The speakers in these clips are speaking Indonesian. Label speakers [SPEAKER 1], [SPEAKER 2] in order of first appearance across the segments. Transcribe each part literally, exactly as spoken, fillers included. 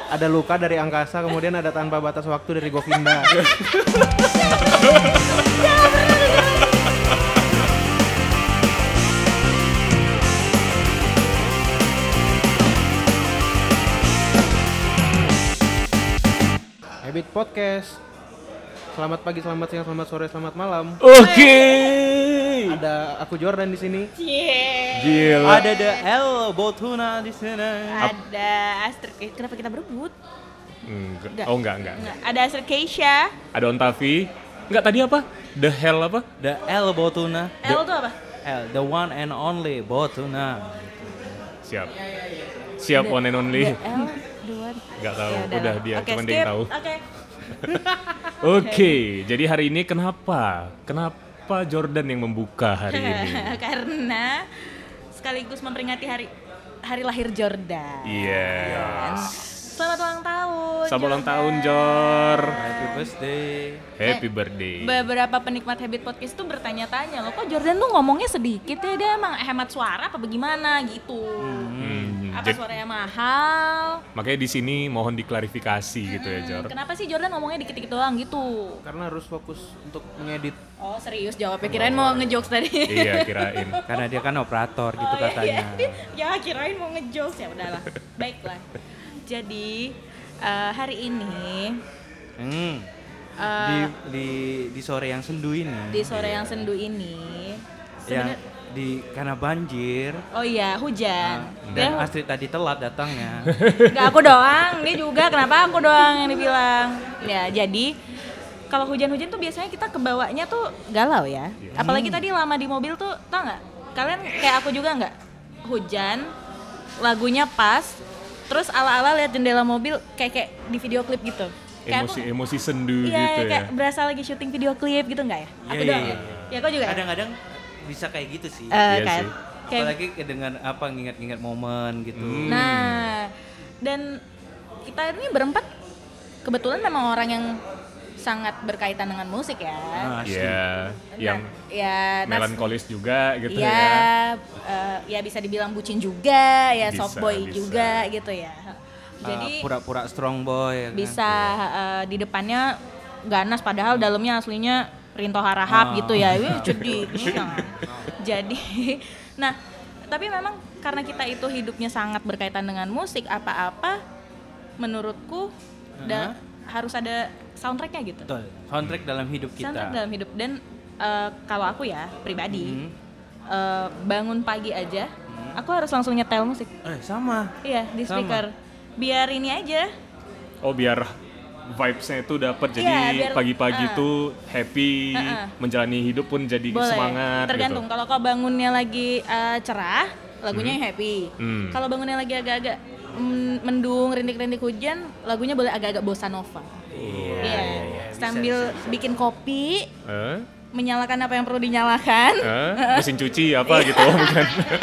[SPEAKER 1] ada luka dari angkasa, kemudian ada tanpa batas waktu dari Govinda. Habit Podcast. Selamat pagi, selamat siang, selamat sore, selamat malam.
[SPEAKER 2] Oke. Okay.
[SPEAKER 1] Ada aku Jordan di sini.
[SPEAKER 3] Yeah.
[SPEAKER 2] Gila.
[SPEAKER 1] Ada The L Botuna di sini.
[SPEAKER 3] Ada Astrid. Eh, kenapa kita berebut?
[SPEAKER 2] Enggak.
[SPEAKER 3] Enggak.
[SPEAKER 2] Oh enggak, enggak.
[SPEAKER 3] Enggak. Ada Astrid Keisha.
[SPEAKER 2] Ada Ontavi. Enggak, tadi apa? The hell apa?
[SPEAKER 1] The L Botuna.
[SPEAKER 3] L tuh apa?
[SPEAKER 1] L, the one and only Botuna.
[SPEAKER 2] Siap. Siap
[SPEAKER 3] The-
[SPEAKER 2] one and only.
[SPEAKER 3] The L, the one.
[SPEAKER 2] Enggak tahu.
[SPEAKER 3] Ya
[SPEAKER 2] Udah
[SPEAKER 3] lah.
[SPEAKER 2] dia,
[SPEAKER 3] Oke,
[SPEAKER 2] cuman dia
[SPEAKER 3] skip.
[SPEAKER 2] yang tahu.
[SPEAKER 3] Oke.
[SPEAKER 2] Oke, jadi hari ini kenapa? Kenapa Jordan yang membuka hari ini?
[SPEAKER 3] Karena sekaligus memperingati hari hari lahir Jordan.
[SPEAKER 2] Iya.
[SPEAKER 3] Selamat ulang tahun.
[SPEAKER 2] Selamat ulang
[SPEAKER 3] Jordan.
[SPEAKER 2] tahun, Jor.
[SPEAKER 1] Happy birthday.
[SPEAKER 2] Happy
[SPEAKER 3] Eh,
[SPEAKER 2] birthday.
[SPEAKER 3] Beberapa penikmat Habit Podcast tuh bertanya-tanya, loh kok Jordan tuh ngomongnya sedikit ya, dia emang hemat suara apa bagaimana gitu.
[SPEAKER 2] Hmm,
[SPEAKER 3] Apa
[SPEAKER 2] jadi-
[SPEAKER 3] suaranya mahal?
[SPEAKER 2] makanya di sini mohon diklarifikasi gitu ya, Jor.
[SPEAKER 3] Kenapa sih Jordan ngomongnya dikit-dikit doang gitu?
[SPEAKER 1] Karena harus fokus untuk mengedit.
[SPEAKER 3] Oh serius jawabnya, kirain mau ngejokes tadi.
[SPEAKER 2] Iya, kirain.
[SPEAKER 1] Karena dia kan operator gitu
[SPEAKER 3] Oh, iya,
[SPEAKER 1] katanya.
[SPEAKER 3] iya. Ya kirain mau ngejokes, ya udahlah. Baiklah. Jadi eh, hari ini
[SPEAKER 1] Hmm.
[SPEAKER 3] eh,
[SPEAKER 1] Di di di sore yang sendu ini.
[SPEAKER 3] di sore yang sendu ini
[SPEAKER 1] yang
[SPEAKER 3] sebenar-
[SPEAKER 1] di karena banjir.
[SPEAKER 3] oh iya hujan.
[SPEAKER 1] Nah,
[SPEAKER 3] Dia
[SPEAKER 1] dan Astrid tadi telat datangnya.
[SPEAKER 3] nggak aku doang, dia juga. Kenapa aku doang yang dibilang? Ya jadi kalau hujan-hujan tuh biasanya kita kebawanya tuh galau ya. Apalagi tadi lama di mobil tuh, tau nggak? Kalian kayak aku juga nggak? Hujan, lagunya pas, terus ala-ala lihat jendela mobil kayak kayak di video klip gitu. Kayak
[SPEAKER 2] Emosi
[SPEAKER 3] aku,
[SPEAKER 2] emosi sendu
[SPEAKER 3] iya,
[SPEAKER 2] gitu ya.
[SPEAKER 3] kayak berasa lagi syuting video klip gitu nggak ya? Aku
[SPEAKER 1] Iya,
[SPEAKER 3] doang
[SPEAKER 1] iya,
[SPEAKER 3] ya?
[SPEAKER 1] iya.
[SPEAKER 3] Ya kau juga ya?
[SPEAKER 1] Kadang-kadang bisa kayak gitu sih.
[SPEAKER 3] Eh,
[SPEAKER 2] Iya
[SPEAKER 3] kan?
[SPEAKER 2] sih.
[SPEAKER 3] Kayak-
[SPEAKER 1] Apalagi dengan apa nginget-nginget momen gitu.
[SPEAKER 2] Hmm.
[SPEAKER 3] Nah, dan kita ini berempat kebetulan memang orang yang sangat berkaitan dengan musik ya.
[SPEAKER 1] Nah, asli.
[SPEAKER 2] Iya, yang
[SPEAKER 3] Nah, ya, nas-
[SPEAKER 2] melankolis juga gitu
[SPEAKER 3] ya,
[SPEAKER 2] ya.
[SPEAKER 3] eh, ya bisa dibilang bucin juga, ya
[SPEAKER 2] Bisa,
[SPEAKER 3] soft boy
[SPEAKER 2] bisa.
[SPEAKER 3] juga gitu ya.
[SPEAKER 1] Ah,
[SPEAKER 3] Jadi
[SPEAKER 1] pura-pura strong boy ya kan?
[SPEAKER 3] bisa eh, di depannya ganas padahal dalamnya aslinya Rinto Harahap
[SPEAKER 1] Ah.
[SPEAKER 3] gitu ya. Wih, cedi. Jadi, nah, tapi memang karena kita itu hidupnya sangat berkaitan dengan musik, apa-apa menurutku da- harus ada soundtracknya gitu.
[SPEAKER 1] Betul. Soundtrack dalam hidup kita.
[SPEAKER 3] Soundtrack dalam hidup. Dan eh, kalau aku ya pribadi,
[SPEAKER 1] Hmm.
[SPEAKER 3] eh, bangun pagi aja, aku harus langsung nyetel musik.
[SPEAKER 1] Eh, sama.
[SPEAKER 3] Iya, di
[SPEAKER 1] Sama.
[SPEAKER 3] speaker. Biar ini aja.
[SPEAKER 2] Oh, biar vibes-nya itu dapat, jadi
[SPEAKER 3] Iya, biar-
[SPEAKER 2] pagi-pagi
[SPEAKER 3] ah.
[SPEAKER 2] tuh happy,
[SPEAKER 3] Ah, ah.
[SPEAKER 2] menjalani hidup pun jadi
[SPEAKER 3] Boleh.
[SPEAKER 2] semangat
[SPEAKER 3] Tergantung.
[SPEAKER 2] gitu.
[SPEAKER 3] Kalau kau bangunnya lagi eh, cerah, lagunya yang happy.
[SPEAKER 2] Hmm.
[SPEAKER 3] Kalau bangunnya lagi agak-agak mm, mendung, rintik-rintik hujan, lagunya boleh agak-agak bossa nova.
[SPEAKER 1] Iya.
[SPEAKER 3] Iya. Sambil bikin kopi,
[SPEAKER 2] Eh?
[SPEAKER 3] menyalakan apa yang perlu dinyalakan.
[SPEAKER 2] Eh? Mesin cuci apa gitu, bukan?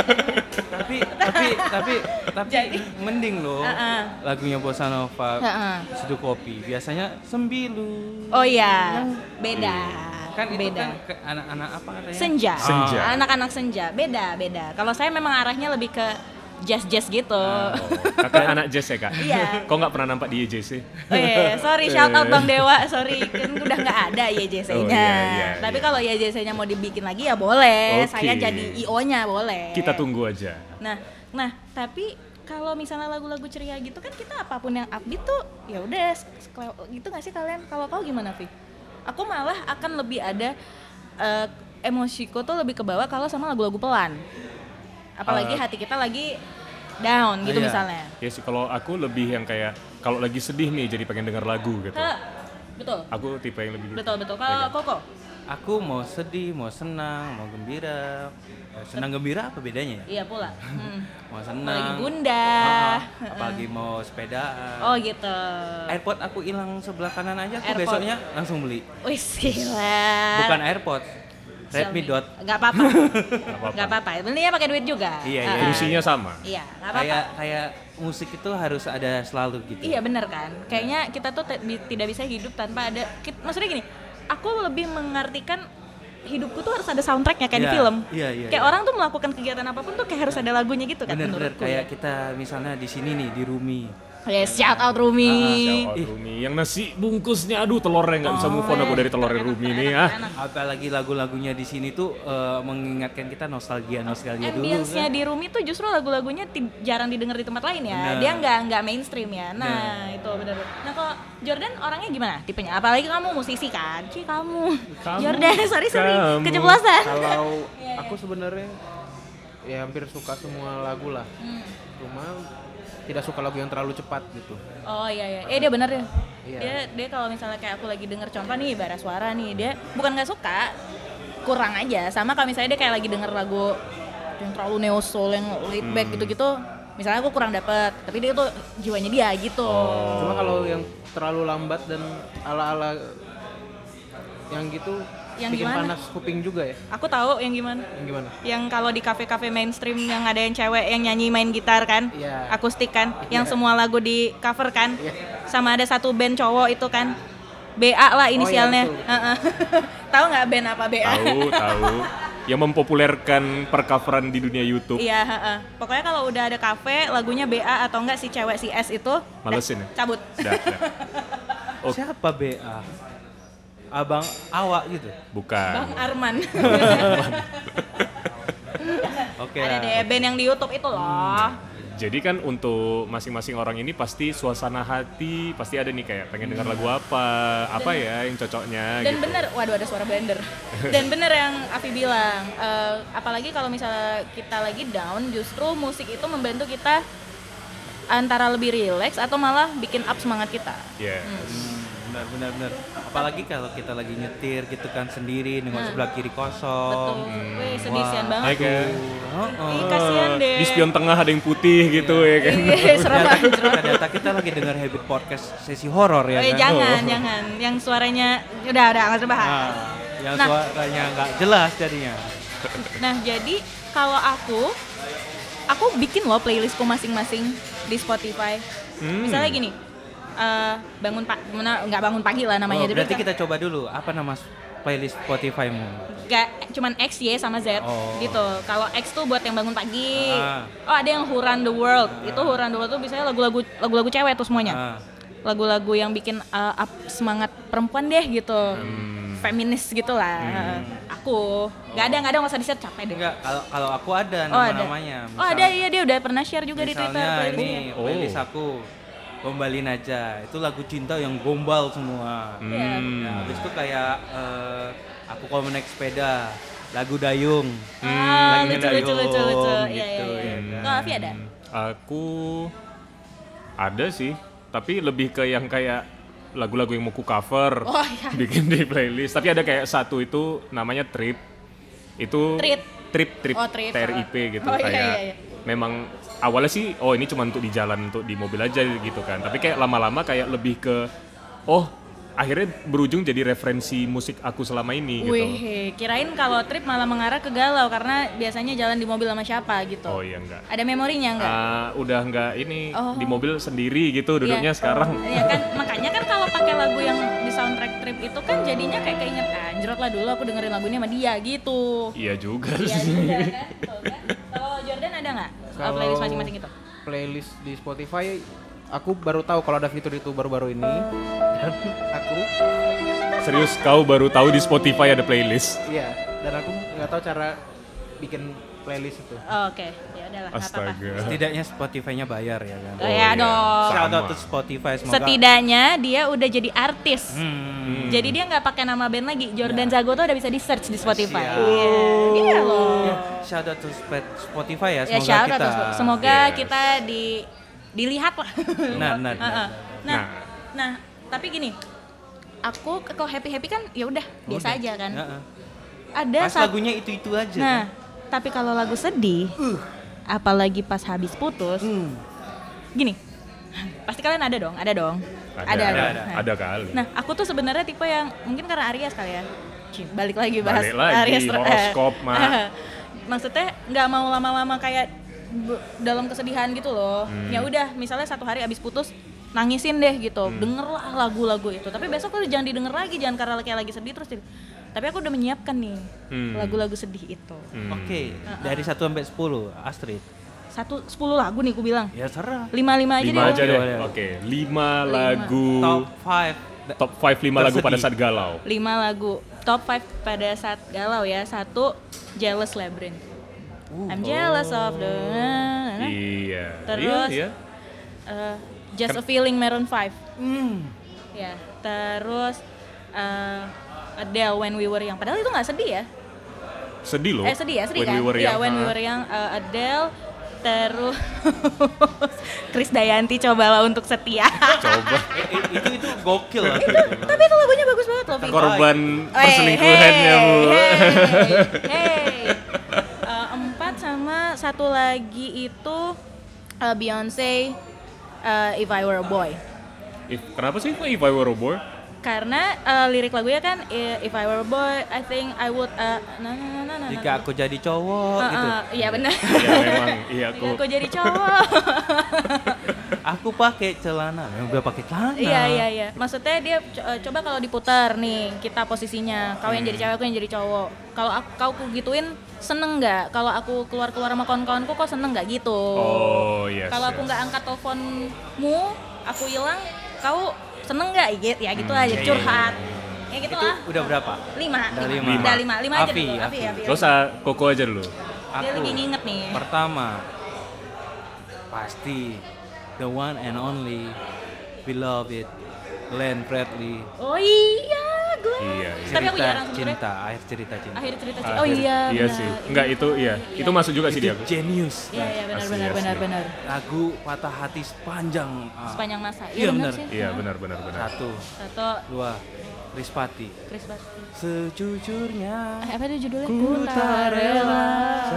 [SPEAKER 1] tapi tapi tapi tapi
[SPEAKER 3] Jadi-
[SPEAKER 1] mending loh.
[SPEAKER 3] Uh-uh.
[SPEAKER 1] Lagunya Bossa Nova.
[SPEAKER 3] Uh-uh.
[SPEAKER 1] Seduh kopi. Biasanya sembilu.
[SPEAKER 3] Oh iya, beda.
[SPEAKER 1] Kan itu
[SPEAKER 3] beda.
[SPEAKER 1] kan ke anak-anak apa katanya?
[SPEAKER 3] Senja.
[SPEAKER 2] Senja.
[SPEAKER 3] Ah, anak-anak senja. Beda, beda. Kalau saya memang arahnya lebih ke jazz-jazz gitu.
[SPEAKER 2] Oh, kakak anak jazz ya, Kak?
[SPEAKER 3] Iya.
[SPEAKER 2] Kok nggak pernah nampak di E J C?
[SPEAKER 3] Oh iya, sorry shout out Bang Dewa, sorry kan udah nggak ada Y J C-nya.
[SPEAKER 2] Oh, iya, iya,
[SPEAKER 3] Tapi
[SPEAKER 2] iya.
[SPEAKER 3] kalau Y J C-nya mau dibikin lagi ya boleh,
[SPEAKER 2] Oke.
[SPEAKER 3] saya jadi I O-nya boleh.
[SPEAKER 2] Kita tunggu aja.
[SPEAKER 3] Nah, nah tapi kalau misalnya lagu-lagu ceria gitu kan kita apapun yang upbeat tuh ya udah sekele- gitu nggak sih kalian? Kalau kau gimana, Vi? Aku malah akan lebih ada eh, emosiku tuh lebih ke bawah kalau sama lagu-lagu pelan. Apalagi
[SPEAKER 2] Eh,
[SPEAKER 3] hati kita lagi down gitu
[SPEAKER 1] iya.
[SPEAKER 3] misalnya.
[SPEAKER 2] Ya sih, kalau aku lebih yang kayak kalau lagi sedih nih jadi pengen denger lagu gitu.
[SPEAKER 3] Hah, betul.
[SPEAKER 2] Aku tipe yang lebih gitu.
[SPEAKER 3] Betul betul. Kalau Koko?
[SPEAKER 1] Aku mau sedih, mau senang, mau gembira. Eh, Senang gembira apa bedanya ya?
[SPEAKER 3] Iya pula. Hmm.
[SPEAKER 1] Mau senang.
[SPEAKER 3] Apalagi gundah.
[SPEAKER 1] Ah, apalagi mau sepedaan.
[SPEAKER 3] Oh gitu.
[SPEAKER 1] AirPod aku hilang sebelah kanan aja, aku
[SPEAKER 3] AirPod.
[SPEAKER 1] besoknya langsung beli.
[SPEAKER 3] Wih gila.
[SPEAKER 1] Bukan AirPod, Redmi
[SPEAKER 3] Xiaomi.
[SPEAKER 1] Dot.
[SPEAKER 3] Nggak apa-apa.
[SPEAKER 2] Nggak apa-apa.
[SPEAKER 3] Nggak apa-apa. Belinya pakai duit juga.
[SPEAKER 1] Iya, iya.
[SPEAKER 3] Ah,
[SPEAKER 2] Fungsinya sama.
[SPEAKER 3] Iya, nggak apa-apa.
[SPEAKER 1] Kayak kayak musik itu harus ada selalu gitu.
[SPEAKER 3] Iya benar kan. Kayaknya kita tuh te- bi- tidak bisa hidup tanpa ada. kit- Maksudnya gini, aku lebih mengartikan hidupku tuh harus ada soundtracknya kayak di
[SPEAKER 1] Iya,
[SPEAKER 3] film.
[SPEAKER 1] iya, iya,
[SPEAKER 3] Kayak
[SPEAKER 1] iya.
[SPEAKER 3] orang tuh melakukan kegiatan apapun tuh kayak harus ada lagunya gitu kan
[SPEAKER 1] Bener-bener
[SPEAKER 3] menurutku.
[SPEAKER 1] kayak
[SPEAKER 3] ya.
[SPEAKER 1] kita misalnya di sini nih di Rumi,
[SPEAKER 3] Yes, shout out Rumi.
[SPEAKER 2] Shout out Rumi. Yang nasi bungkusnya, aduh telurnya nggak bisa move on aku dari telurnya Rumi nih ah.
[SPEAKER 4] Apalagi lagu-lagunya di sini tuh uh, mengingatkan kita nostalgia nostalgia dulu
[SPEAKER 3] Ambience-nya
[SPEAKER 4] kan.
[SPEAKER 3] di Rumi tuh justru lagu-lagunya ti- jarang didengar di tempat lain ya.
[SPEAKER 4] Bener.
[SPEAKER 3] Dia nggak nggak mainstream ya. Nah, itu benar. Nah, kalau Jordan orangnya gimana tipenya? Apalagi kamu musisi kan? Ci kamu.
[SPEAKER 2] Kamu,
[SPEAKER 3] Jordan, sorry sorry.
[SPEAKER 2] kamu.
[SPEAKER 3] Keceplosan.
[SPEAKER 1] Kalau aku sebenarnya ya hampir suka semua lagu lah.
[SPEAKER 3] Hmm.
[SPEAKER 1] Cuma tidak suka lagu yang terlalu cepat gitu.
[SPEAKER 3] Oh iya iya. Eh dia bener ya.
[SPEAKER 1] Iya.
[SPEAKER 3] Dia dia kalau misalnya kayak aku lagi denger contoh nih bara suara nih, dia bukan nggak suka, kurang aja. Sama kalau misalnya dia kayak lagi denger lagu yang terlalu neo soul yang laid back
[SPEAKER 2] Hmm.
[SPEAKER 3] gitu-gitu, misalnya aku kurang dapet, tapi dia tuh jiwanya dia gitu.
[SPEAKER 2] Oh.
[SPEAKER 1] Cuma kalau yang terlalu lambat dan ala-ala yang gitu
[SPEAKER 3] Yang
[SPEAKER 1] bikin
[SPEAKER 3] gimana?
[SPEAKER 1] panas kuping juga ya.
[SPEAKER 3] Aku tahu yang gimana.
[SPEAKER 1] Yang gimana?
[SPEAKER 3] Yang kalau di kafe-kafe mainstream yang ada yang cewek yang nyanyi main gitar kan,
[SPEAKER 1] Iya.
[SPEAKER 3] akustik kan, yang
[SPEAKER 1] Iya.
[SPEAKER 3] semua lagu di cover kan,
[SPEAKER 1] Iya.
[SPEAKER 3] sama ada satu band cowok itu kan, B A lah inisialnya.
[SPEAKER 1] betul, betul.
[SPEAKER 3] Heeh. Tahu nggak band apa B A?
[SPEAKER 2] Tahu, tahu. Yang mempopulerkan percoveran di dunia YouTube.
[SPEAKER 3] Iya, heeh. Pokoknya kalau udah ada kafe, lagunya B A atau enggak si cewek si S itu,
[SPEAKER 2] Malesin ya?
[SPEAKER 3] dah, cabut.
[SPEAKER 2] Dah, dah. Oh.
[SPEAKER 4] Siapa B A? Abang awak gitu.
[SPEAKER 2] Bukan.
[SPEAKER 3] Bang Arman.
[SPEAKER 4] Oke.
[SPEAKER 3] Ada
[SPEAKER 4] lah.
[SPEAKER 3] deh band yang di YouTube itu loh.
[SPEAKER 2] Jadi kan untuk masing-masing orang ini pasti suasana hati pasti ada nih kayak pengen dengar lagu apa, apa ya yang cocoknya
[SPEAKER 3] Dan
[SPEAKER 2] gitu.
[SPEAKER 3] bener, waduh ada suara blender. Dan bener yang Afi bilang, eh, apalagi kalau misalnya kita lagi down, justru musik itu membantu kita antara lebih rileks atau malah bikin up semangat kita.
[SPEAKER 2] Yes.
[SPEAKER 4] Benar benar benar. Apalagi kalau kita lagi nyetir gitu kan sendiri nengok sebelah kiri kosong.
[SPEAKER 3] Betul. Wih, sedisian banget.
[SPEAKER 2] Hai kan.
[SPEAKER 4] Heeh.
[SPEAKER 3] Ih, kasihan deh.
[SPEAKER 2] Di spion tengah ada yang putih gitu ya kan.
[SPEAKER 3] Iya, serem
[SPEAKER 4] Ternyata,
[SPEAKER 3] banget.
[SPEAKER 4] ternyata kita lagi dengar Habit Podcast sesi horor ya
[SPEAKER 3] Eh,
[SPEAKER 4] kan.
[SPEAKER 3] jangan, jangan. Yang suaranya udah udah nggak usah bahas.
[SPEAKER 4] Nah, yang
[SPEAKER 3] Nah.
[SPEAKER 4] suaranya nggak jelas jadinya.
[SPEAKER 3] Nah, jadi kalau aku aku bikin loh playlistku masing-masing di Spotify.
[SPEAKER 2] Hmm.
[SPEAKER 3] Misalnya gini, eh, bangun pak, nggak bangun pagi lah namanya.
[SPEAKER 4] Oh,
[SPEAKER 3] Jadi
[SPEAKER 4] berarti
[SPEAKER 3] kan
[SPEAKER 4] kita coba dulu apa nama playlist Spotify-mu?
[SPEAKER 3] nggak cuman X, Y sama Z
[SPEAKER 4] Oh.
[SPEAKER 3] gitu. Kalau X tuh buat yang bangun pagi.
[SPEAKER 4] Ah.
[SPEAKER 3] Oh ada yang Who Run the World. Itu Who Run the World tuh biasanya lagu-lagu lagu-lagu cewek tuh semuanya.
[SPEAKER 4] Ah.
[SPEAKER 3] Lagu-lagu yang bikin uh, up semangat perempuan deh gitu.
[SPEAKER 2] Hmm.
[SPEAKER 3] Feminis gitu lah. Aku nggak ada nggak ada nggak usah di-share capek deh.
[SPEAKER 4] Enggak, kalau kalau aku ada
[SPEAKER 3] Oh ada.
[SPEAKER 4] nama-namanya.
[SPEAKER 3] Oh ada iya dia udah pernah share juga di Twitter.
[SPEAKER 4] Misalnya
[SPEAKER 3] playlistnya.
[SPEAKER 4] ini
[SPEAKER 2] Oh.
[SPEAKER 4] playlist aku Gombalin aja. Itu lagu cinta yang gombal semua.
[SPEAKER 3] Iya.
[SPEAKER 2] Hmm.
[SPEAKER 4] Nah, habis itu kayak eh, aku kalau naik sepeda, lagu Dayung.
[SPEAKER 3] Ah,
[SPEAKER 4] Lagunya
[SPEAKER 3] lucu, lucu,
[SPEAKER 4] Dayung,
[SPEAKER 3] lucu, lucu. Iya,
[SPEAKER 4] gitu,
[SPEAKER 3] iya, iya.
[SPEAKER 4] ya kan.
[SPEAKER 3] Kalau Afi ada?
[SPEAKER 2] Aku ada sih, tapi lebih ke yang kayak lagu-lagu yang mau ku cover,
[SPEAKER 3] Oh, iya.
[SPEAKER 2] bikin di playlist. Tapi ada kayak satu itu namanya Trip. Itu
[SPEAKER 3] Trip?
[SPEAKER 2] Trip, Trip,
[SPEAKER 3] Oh, Trip.
[SPEAKER 2] T R I P gitu
[SPEAKER 3] Oh, iya,
[SPEAKER 2] kayak.
[SPEAKER 3] iya, iya.
[SPEAKER 2] Memang awalnya sih, oh ini cuma untuk di jalan, untuk di mobil aja gitu kan. Tapi kayak lama-lama kayak lebih ke, oh akhirnya berujung jadi referensi musik aku selama ini gitu.
[SPEAKER 3] Wih, kirain kalau trip malah mengarah ke galau karena biasanya jalan di mobil sama siapa gitu.
[SPEAKER 2] Oh iya enggak.
[SPEAKER 3] Ada memorinya enggak?
[SPEAKER 2] Ah, udah enggak ini
[SPEAKER 3] Oh.
[SPEAKER 2] di mobil sendiri gitu duduknya
[SPEAKER 3] Iya.
[SPEAKER 2] sekarang.
[SPEAKER 3] Iya kan, makanya kan kalau pakai lagu yang di soundtrack trip itu kan jadinya kayak keinget anjrot lah dulu aku dengerin lagu ini sama dia gitu.
[SPEAKER 2] Iya juga
[SPEAKER 3] Iya
[SPEAKER 2] sih.
[SPEAKER 3] juga kan, tuh kan. Kalau Jordan ada nggak uh,
[SPEAKER 1] Kalau
[SPEAKER 3] playlist masing-masing itu?
[SPEAKER 1] Playlist di Spotify aku baru tahu kalau ada fitur itu baru-baru ini. Dan aku
[SPEAKER 2] Serius kau baru tahu di Spotify ada playlist?
[SPEAKER 1] iya, dan aku nggak tahu cara bikin playlist itu.
[SPEAKER 3] Oh, Oke, ya udahlah nggak apa-apa.
[SPEAKER 2] Astaga.
[SPEAKER 4] Setidaknya Spotify-nya bayar ya kan.
[SPEAKER 3] Oh, ya dong.
[SPEAKER 4] Shout out
[SPEAKER 2] Sama.
[SPEAKER 4] to Spotify semoga.
[SPEAKER 3] Setidaknya dia udah jadi artis.
[SPEAKER 4] Hmm.
[SPEAKER 3] Jadi dia nggak pakai nama band lagi. Jordan Zago tuh udah bisa di search di Spotify.
[SPEAKER 4] Siap.
[SPEAKER 3] Iya, dia loh.
[SPEAKER 4] Ya, shout out to Sp- Spotify ya,
[SPEAKER 3] Ya
[SPEAKER 4] semoga
[SPEAKER 3] shout out
[SPEAKER 4] kita.
[SPEAKER 3] to- semoga
[SPEAKER 2] Yes.
[SPEAKER 3] kita di dilihat lah.
[SPEAKER 4] Nah, nah, nah.
[SPEAKER 3] Heeh. nah,
[SPEAKER 2] Nah.
[SPEAKER 3] nah, tapi gini, aku ke- kalau happy happy kan ya udah biasa
[SPEAKER 4] Udah.
[SPEAKER 3] aja kan.
[SPEAKER 4] Heeh.
[SPEAKER 3] Ada
[SPEAKER 4] Pas
[SPEAKER 3] sat-
[SPEAKER 4] lagunya itu-itu aja.
[SPEAKER 3] Nah,
[SPEAKER 4] kan?
[SPEAKER 3] tapi kalau lagu sedih, apalagi pas habis putus,
[SPEAKER 4] Hmm.
[SPEAKER 3] gini, pasti kalian ada dong, ada dong,
[SPEAKER 2] Ada,
[SPEAKER 3] ada,
[SPEAKER 2] ada,
[SPEAKER 3] Nah,
[SPEAKER 2] ada kali.
[SPEAKER 3] Nah, aku tuh sebenarnya tipe yang mungkin karena Aries kali ya. Cih, balik lagi bahas
[SPEAKER 2] Balik lagi,
[SPEAKER 3] Aries ter-
[SPEAKER 2] horoskop,
[SPEAKER 3] eh,
[SPEAKER 2] Mak.
[SPEAKER 3] eh, Maksudnya nggak mau lama-lama kayak be- dalam kesedihan gitu loh.
[SPEAKER 2] Hmm.
[SPEAKER 3] Ya udah, misalnya satu hari abis putus nangisin deh gitu.
[SPEAKER 2] Hmm.
[SPEAKER 3] Dengerlah lagu-lagu itu. Tapi besok udah jangan didengar lagi, jangan karena kayak lagi sedih terus. jadi- Tapi aku udah menyiapkan nih
[SPEAKER 2] Hmm.
[SPEAKER 3] lagu-lagu sedih itu.
[SPEAKER 2] Hmm.
[SPEAKER 4] Oke, dari satu sampai sepuluh, Astrid.
[SPEAKER 3] satu sepuluh lagu nih aku bilang.
[SPEAKER 4] Ya serah.
[SPEAKER 3] Lima lima aja
[SPEAKER 2] Lima
[SPEAKER 3] deh.
[SPEAKER 2] aja deh.
[SPEAKER 4] Boleh.
[SPEAKER 2] Oke, lima
[SPEAKER 3] Lima.
[SPEAKER 2] lagu.
[SPEAKER 4] Top five.
[SPEAKER 2] Top five lima lagu pada
[SPEAKER 4] Tersedih.
[SPEAKER 2] saat galau.
[SPEAKER 3] Lima lagu top five pada saat galau ya. Satu, Jealous Labyrinth. I'm jealous of the
[SPEAKER 2] Iya.
[SPEAKER 3] Terus
[SPEAKER 2] Iya, iya.
[SPEAKER 3] uh, Just a Feeling Maroon five.
[SPEAKER 4] Hmm.
[SPEAKER 3] Ya, terus uh, Adele When We Were Young. Padahal itu nggak sedih ya?
[SPEAKER 2] Sedih loh.
[SPEAKER 3] Eh sedih ya, sedih
[SPEAKER 2] When
[SPEAKER 3] kan?
[SPEAKER 2] We Were
[SPEAKER 3] Iya,
[SPEAKER 2] Young,
[SPEAKER 3] When We
[SPEAKER 2] ha.
[SPEAKER 3] Were Young, uh, Adele, terus Chris Dayanti cobalah untuk setia.
[SPEAKER 2] Coba.
[SPEAKER 4] Eh, eh, itu itu gokil lah.
[SPEAKER 3] Tapi itu lagunya bagus banget loh, Vi.
[SPEAKER 2] Korban
[SPEAKER 3] Eh,
[SPEAKER 2] perselingkuhannya,
[SPEAKER 3] hey,
[SPEAKER 2] Bu.
[SPEAKER 3] Hey, hey. Uh, empat sama satu lagi itu uh, Beyonce, uh, If I Were a Boy.
[SPEAKER 2] If, kenapa sih kok If I Were a Boy?
[SPEAKER 3] Karena uh, lirik lagunya kan eh, If I Were a Boy, I think I would uh, na na na na na.
[SPEAKER 4] Jika aku jadi cowok
[SPEAKER 3] Uh,
[SPEAKER 4] gitu.
[SPEAKER 3] uh, iya benar.
[SPEAKER 2] Ya memang, iya
[SPEAKER 3] Jika
[SPEAKER 2] aku.
[SPEAKER 3] aku jadi cowok.
[SPEAKER 4] Aku pakai celana. Memang udah pakai celana.
[SPEAKER 3] Iya iya iya. Maksudnya dia co- eh, coba kalau diputar nih kita posisinya. Kau yang jadi cewek, aku yang jadi cowok. Kalau aku kau ku gituin seneng nggak? Kalau aku keluar-keluar sama kawan-kawanku kok seneng nggak gitu?
[SPEAKER 2] Oh, yes.
[SPEAKER 3] Kalau aku
[SPEAKER 2] yes.
[SPEAKER 3] nggak angkat teleponmu, aku hilang, kau seneng nggak? Ya, ya gitu aja
[SPEAKER 2] iya, iya,
[SPEAKER 3] curhat. Ya gitu
[SPEAKER 4] Itu
[SPEAKER 3] lah.
[SPEAKER 4] udah berapa?
[SPEAKER 3] Lima.
[SPEAKER 4] Udah
[SPEAKER 3] lima.
[SPEAKER 4] lima.
[SPEAKER 3] Udah lima. Lima aja
[SPEAKER 4] Afi,
[SPEAKER 3] dulu. Afi,
[SPEAKER 4] Afi.
[SPEAKER 3] Afi,
[SPEAKER 2] Gak
[SPEAKER 3] Afi.
[SPEAKER 2] usah Koko aja dulu.
[SPEAKER 3] Dia lagi nginget nih.
[SPEAKER 4] Pertama, pasti the one and only beloved Glenn Fredly.
[SPEAKER 3] Oh iya, gue.
[SPEAKER 2] Iya, iya.
[SPEAKER 3] Tapi aku
[SPEAKER 4] Cerita
[SPEAKER 3] jarang sebenarnya.
[SPEAKER 4] cinta, akhir cerita cinta.
[SPEAKER 3] Akhir cerita cinta.
[SPEAKER 2] Akhir-
[SPEAKER 3] Oh iya.
[SPEAKER 2] Iya
[SPEAKER 3] benar.
[SPEAKER 2] sih. Enggak itu iya.
[SPEAKER 3] Iya.
[SPEAKER 2] Itu masuk juga sih
[SPEAKER 4] Itu
[SPEAKER 2] dia.
[SPEAKER 4] genius.
[SPEAKER 3] Iya iya benar
[SPEAKER 2] Asli,
[SPEAKER 3] benar
[SPEAKER 2] asli.
[SPEAKER 3] benar benar.
[SPEAKER 4] Lagu patah hati sepanjang ah,
[SPEAKER 3] Sepanjang masa.
[SPEAKER 4] Iya,
[SPEAKER 3] Iya benar
[SPEAKER 4] benar.
[SPEAKER 3] sih.
[SPEAKER 2] Iya, benar benar benar.
[SPEAKER 4] satu,
[SPEAKER 3] Satu,
[SPEAKER 4] dua, Krispati.
[SPEAKER 3] Chris Bakti.
[SPEAKER 4] Sejujurnya
[SPEAKER 3] Eh, apa itu judulnya?
[SPEAKER 4] Ku tak rela.